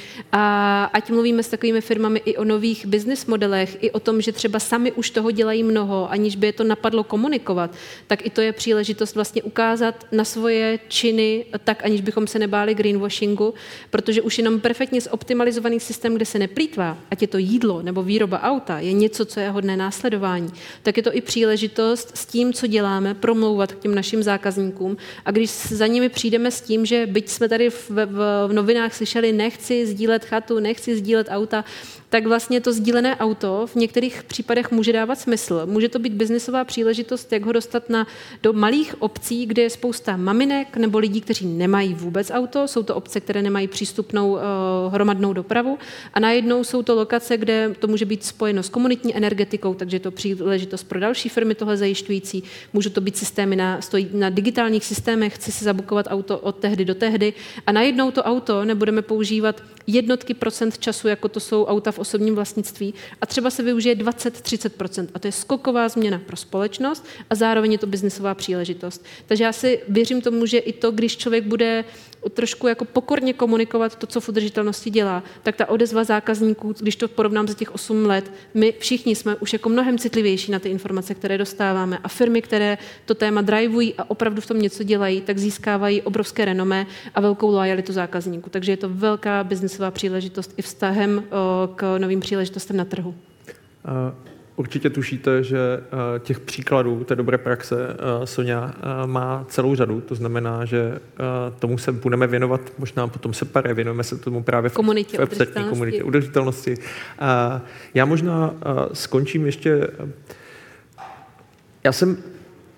A ať mluvíme s takovými firmami i o nových business modelech, i o tom, že třeba sami už toho dělají mnoho, aniž by je to napadlo komunikovat, tak i to je příležitost vlastně ukázat na svoje činy tak, aniž bychom se nebáli greenwashingu, protože už jenom perfektně zoptimalizovaný systém, kde se neplýtvá, ať je to jídlo nebo výroba auta, je něco, co je hodné následování, tak je to i příležitost s tím, co děláme, promlouvat k těm našim zákazníkům. A když za nimi přijdeme s tím, že byť jsme tady v, v, v novinách slyšeli, nechci sdílet chatu, nechci sdílet auta, tak vlastně to sdílené auto v některých případech může dávat smysl. Může to být biznisová příležitost, jak ho dostat na, do malých obcí, kde je spousta maminek nebo lidí, kteří nemají vůbec auto. Jsou to obce, které nemají přístupnou uh, hromadnou dopravu. A najednou jsou to lokace, kde to může být spojeno s komunitní energetikou, takže je to příležitost pro další firmy tohle zajišťující. Můžou to být systémy na, stojí na digitálních systémech, chci si zabukovat auto od tehdy do tehdy. A najednou to auto nebudeme používat jednotky procent času, jako to jsou auta v osobním vlastnictví, a třeba se využije dvacet až třicet procent. A to je skoková změna pro společnost a zároveň je to biznisová příležitost. Takže já si věřím tomu, že i to, když člověk bude trošku jako pokorně komunikovat to, co v udržitelnosti dělá, tak ta odezva zákazníků, když to porovnám za těch osm let, my všichni jsme už jako mnohem citlivější na ty informace, které dostáváme, a firmy, které to téma drivují a opravdu v tom něco dělají, tak získávají obrovské renomé a velkou lojalitu zákazníků. Takže je to velká biznisová příležitost i vztahem k novým příležitostem na trhu. Uh. Určitě tušíte, že těch příkladů té dobré praxe Soňa má celou řadu, to znamená, že tomu se budeme věnovat, možná potom separé, věnujeme se tomu právě v, komunitě, v abstraktní komunitě udržitelnosti. Já možná skončím ještě, já jsem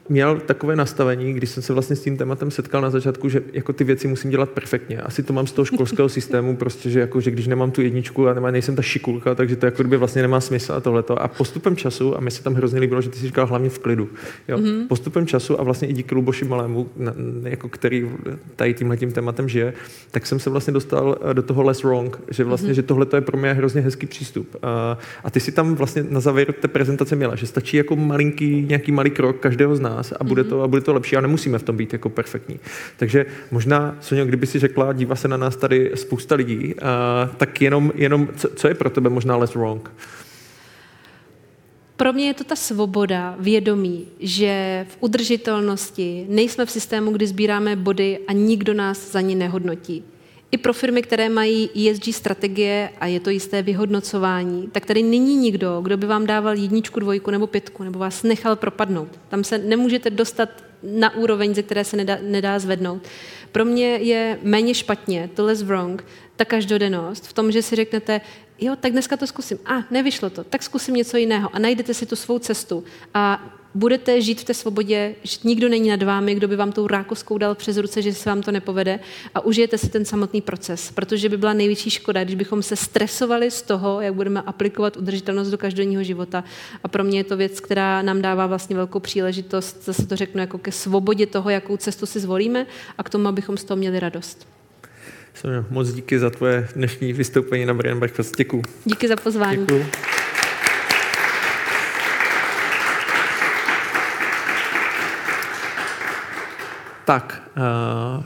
měl takové nastavení, když jsem se vlastně s tím tématem setkal na začátku, že jako ty věci musím dělat perfektně. Asi to mám z toho školského systému, prostě, že, jako, že když nemám tu jedničku a nemá, nejsem ta šikulka, takže to jako kdyby vlastně nemá smysl a tohleto. A postupem času, a mi se tam hrozně líbilo, že ty jsi říkal hlavně v klidu. Jo? Mm-hmm. Postupem času a vlastně i díky Luboši Malému, jako který tady tímhletím tématem žije, tak jsem se vlastně dostal do toho less wrong, že vlastně, mm-hmm. že tohle je pro mě hrozně hezký přístup. A, a ty si tam vlastně na závěr té prezentace měla, že stačí jako malinký, nějaký malý krok každého z nás a bude to, a bude to lepší a nemusíme v tom být jako perfektní. Takže možná, Soňo, kdyby si řekla, dívá se na nás tady spousta lidí, a, tak jenom, jenom co, co je pro tebe možná less wrong? Pro mě je to ta svoboda, vědomí, že v udržitelnosti nejsme v systému, kdy sbíráme body a nikdo nás za ní nehodnotí. I pro firmy, které mají E S G strategie a je to jisté vyhodnocování, tak tady není nikdo, kdo by vám dával jedničku, dvojku nebo pětku, nebo vás nechal propadnout. Tam se nemůžete dostat na úroveň, ze které se nedá, nedá zvednout. Pro mě je méně špatně, to less wrong, ta každodennost v tom, že si řeknete, jo, tak dneska to zkusím. A, nevyšlo to, tak zkusím něco jiného a najdete si tu svou cestu. A budete žít v té svobodě, že nikdo není nad vámi, kdo by vám tou rákoskou dal přes ruce, že se vám to nepovede a užijete si ten samotný proces, protože by byla největší škoda, když bychom se stresovali z toho, jak budeme aplikovat udržitelnost do každodenního života. A pro mě je to věc, která nám dává vlastně velkou příležitost, zase to řeknu, jako ke svobodě toho, jakou cestu si zvolíme a k tomu, abychom z toho měli radost. Sonja, moc díky za tvoje dnešní vystoupení na Brain Breakfast. Děkuju. Díky za pozvání. Děkuju. Tak, uh,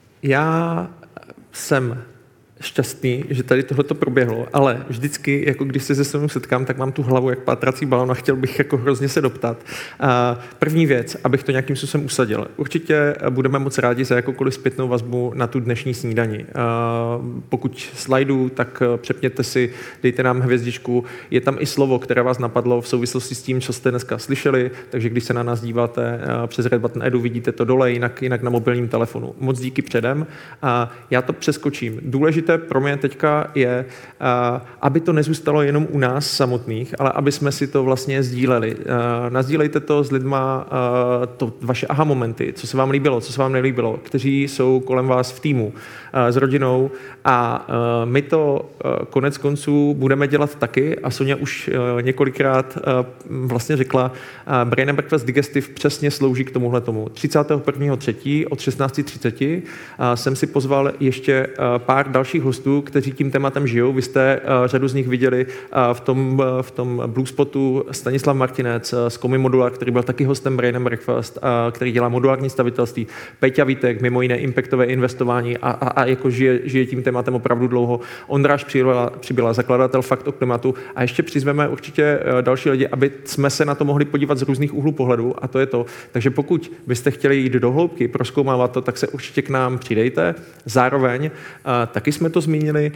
já jsem šťastný, že tady tohleto proběhlo, ale vždycky, jako když se se mnou setkám, tak mám tu hlavu jak pátrací balon a chtěl bych jako hrozně se doptat. Uh, první věc, abych to nějakým způsobem usadil. Určitě budeme moc rádi za jakoukoliv zpětnou vazbu na tu dnešní snídani. Uh, pokud slajdu, tak přepněte si, dejte nám hvězdičku. Je tam i slovo, které vás napadlo v souvislosti s tím, co jste dneska slyšeli, takže když se na nás díváte uh, přes Red Button Edu, vidíte to dole, jinak, jinak na mobilním telefonu. Moc díky předem. A uh, já to přeskočím. Důležité pro mě teďka je, aby to nezůstalo jenom u nás samotných, ale aby jsme si to vlastně sdíleli. Nazdílejte to s lidma, to vaše aha momenty, co se vám líbilo, co se vám nelíbilo, kteří jsou kolem vás v týmu, s rodinou a my to konec konců budeme dělat taky a Sonja už několikrát vlastně řekla, Brain and Breakfast Digestive přesně slouží k tomuhle tomu. třicátého prvního třetího od šestnáct třicet jsem si pozval ještě pár dalších hostů, kteří tím tématem žijou. Vy jste uh, řadu z nich viděli uh, v tom, uh, v tom Blue Spotu Stanislav Martinec uh, z Komi Modular, který byl taky hostem Brain and Breakfast, uh, který dělá modulární stavitelství. Peťa Vítek, mimo jiné impactové investování a, a, a jako žije, žije tím tématem opravdu dlouho. Ondráš Přibyla, Přibyla, zakladatel Fakt o klimatu a ještě přizveme určitě uh, další lidi, aby jsme se na to mohli podívat z různých úhlů pohledu a to je to. Takže pokud byste chtěli jít do hloubky, prozkoumávat to, tak se určitě k nám přidejte. Zároveň uh, taky jsme to zmínili.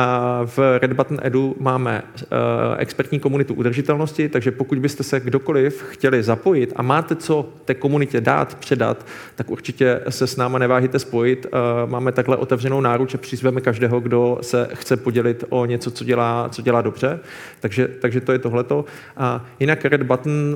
V Red Button Edu máme expertní komunitu udržitelnosti, takže pokud byste se kdokoliv chtěli zapojit a máte co té komunitě dát, předat, tak určitě se s náma neváhejte spojit. Máme takhle otevřenou náruč a přizveme každého, kdo se chce podělit o něco, co dělá, co dělá dobře. Takže, takže to je tohleto. Jinak Red Button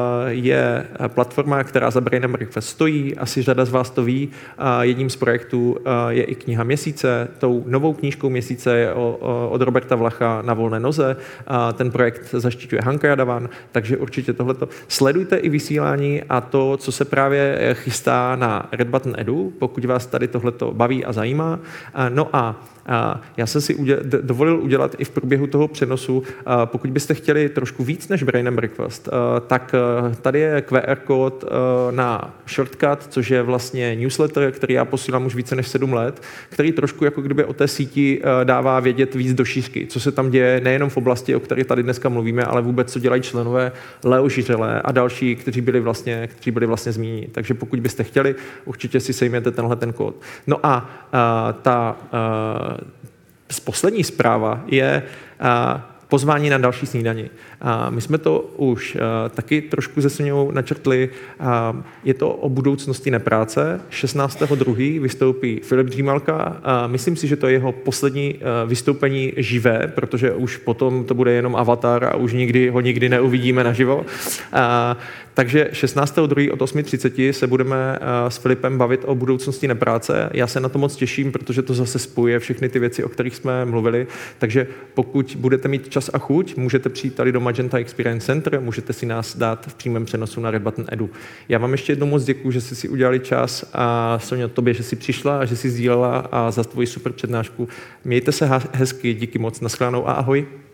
je platforma, která za Brain and Breakfast stojí. Asi řada z vás to ví. Jedním z projektů je i kniha měsíce. Tou novou knížkou měsíce je o, o, od Roberta Vlacha Na volné noze. A ten projekt zaštiťuje Hanka Jadavan, takže určitě tohleto. Sledujte i vysílání a to, co se právě chystá na Red Button Edu, pokud vás tady tohleto baví a zajímá. A, no a A já jsem si uděl, dovolil udělat i v průběhu toho přenosu, pokud byste chtěli trošku víc než Brain and Breakfast, tak tady je Q R kód na Shortcut, což je vlastně newsletter, který já posílám už více než sedm let, který trošku jako kdyby o té síti dává vědět víc do šířky, co se tam děje nejenom v oblasti, o které tady dneska mluvíme, ale vůbec, co dělají členové Leo Žiřele a další, kteří byli vlastně, kteří byli vlastně zmíněni. Takže pokud byste chtěli, určitě si sejměte tenhle ten kód. No a, a ta a, poslední zpráva je, a, pozvání na další snídani. A my jsme to už uh, taky trošku se Soňou načrtli. Uh, je to o budoucnosti nepráce. šestnáctého druhého vystoupí Filip Dřímalka. Uh, myslím si, že to je jeho poslední uh, vystoupení živé, protože už potom to bude jenom avatar a už nikdy ho nikdy neuvidíme naživo. Uh, takže šestnáctého druhého od osm třicet se budeme uh, s Filipem bavit o budoucnosti nepráce. Já se na to moc těším, protože to zase spojuje všechny ty věci, o kterých jsme mluvili. Takže pokud budete mít čas a chuť, můžete přijít tady do Magenta Experience Center, můžete si nás dát v přímém přenosu na Red Button Edu. Já vám ještě jednou moc děkuju, že jste si udělali čas a Soňo, tobě, že jsi přišla a že jsi sdílela a za tvoji super přednášku. Mějte se hezky, díky moc, nashledanou a ahoj.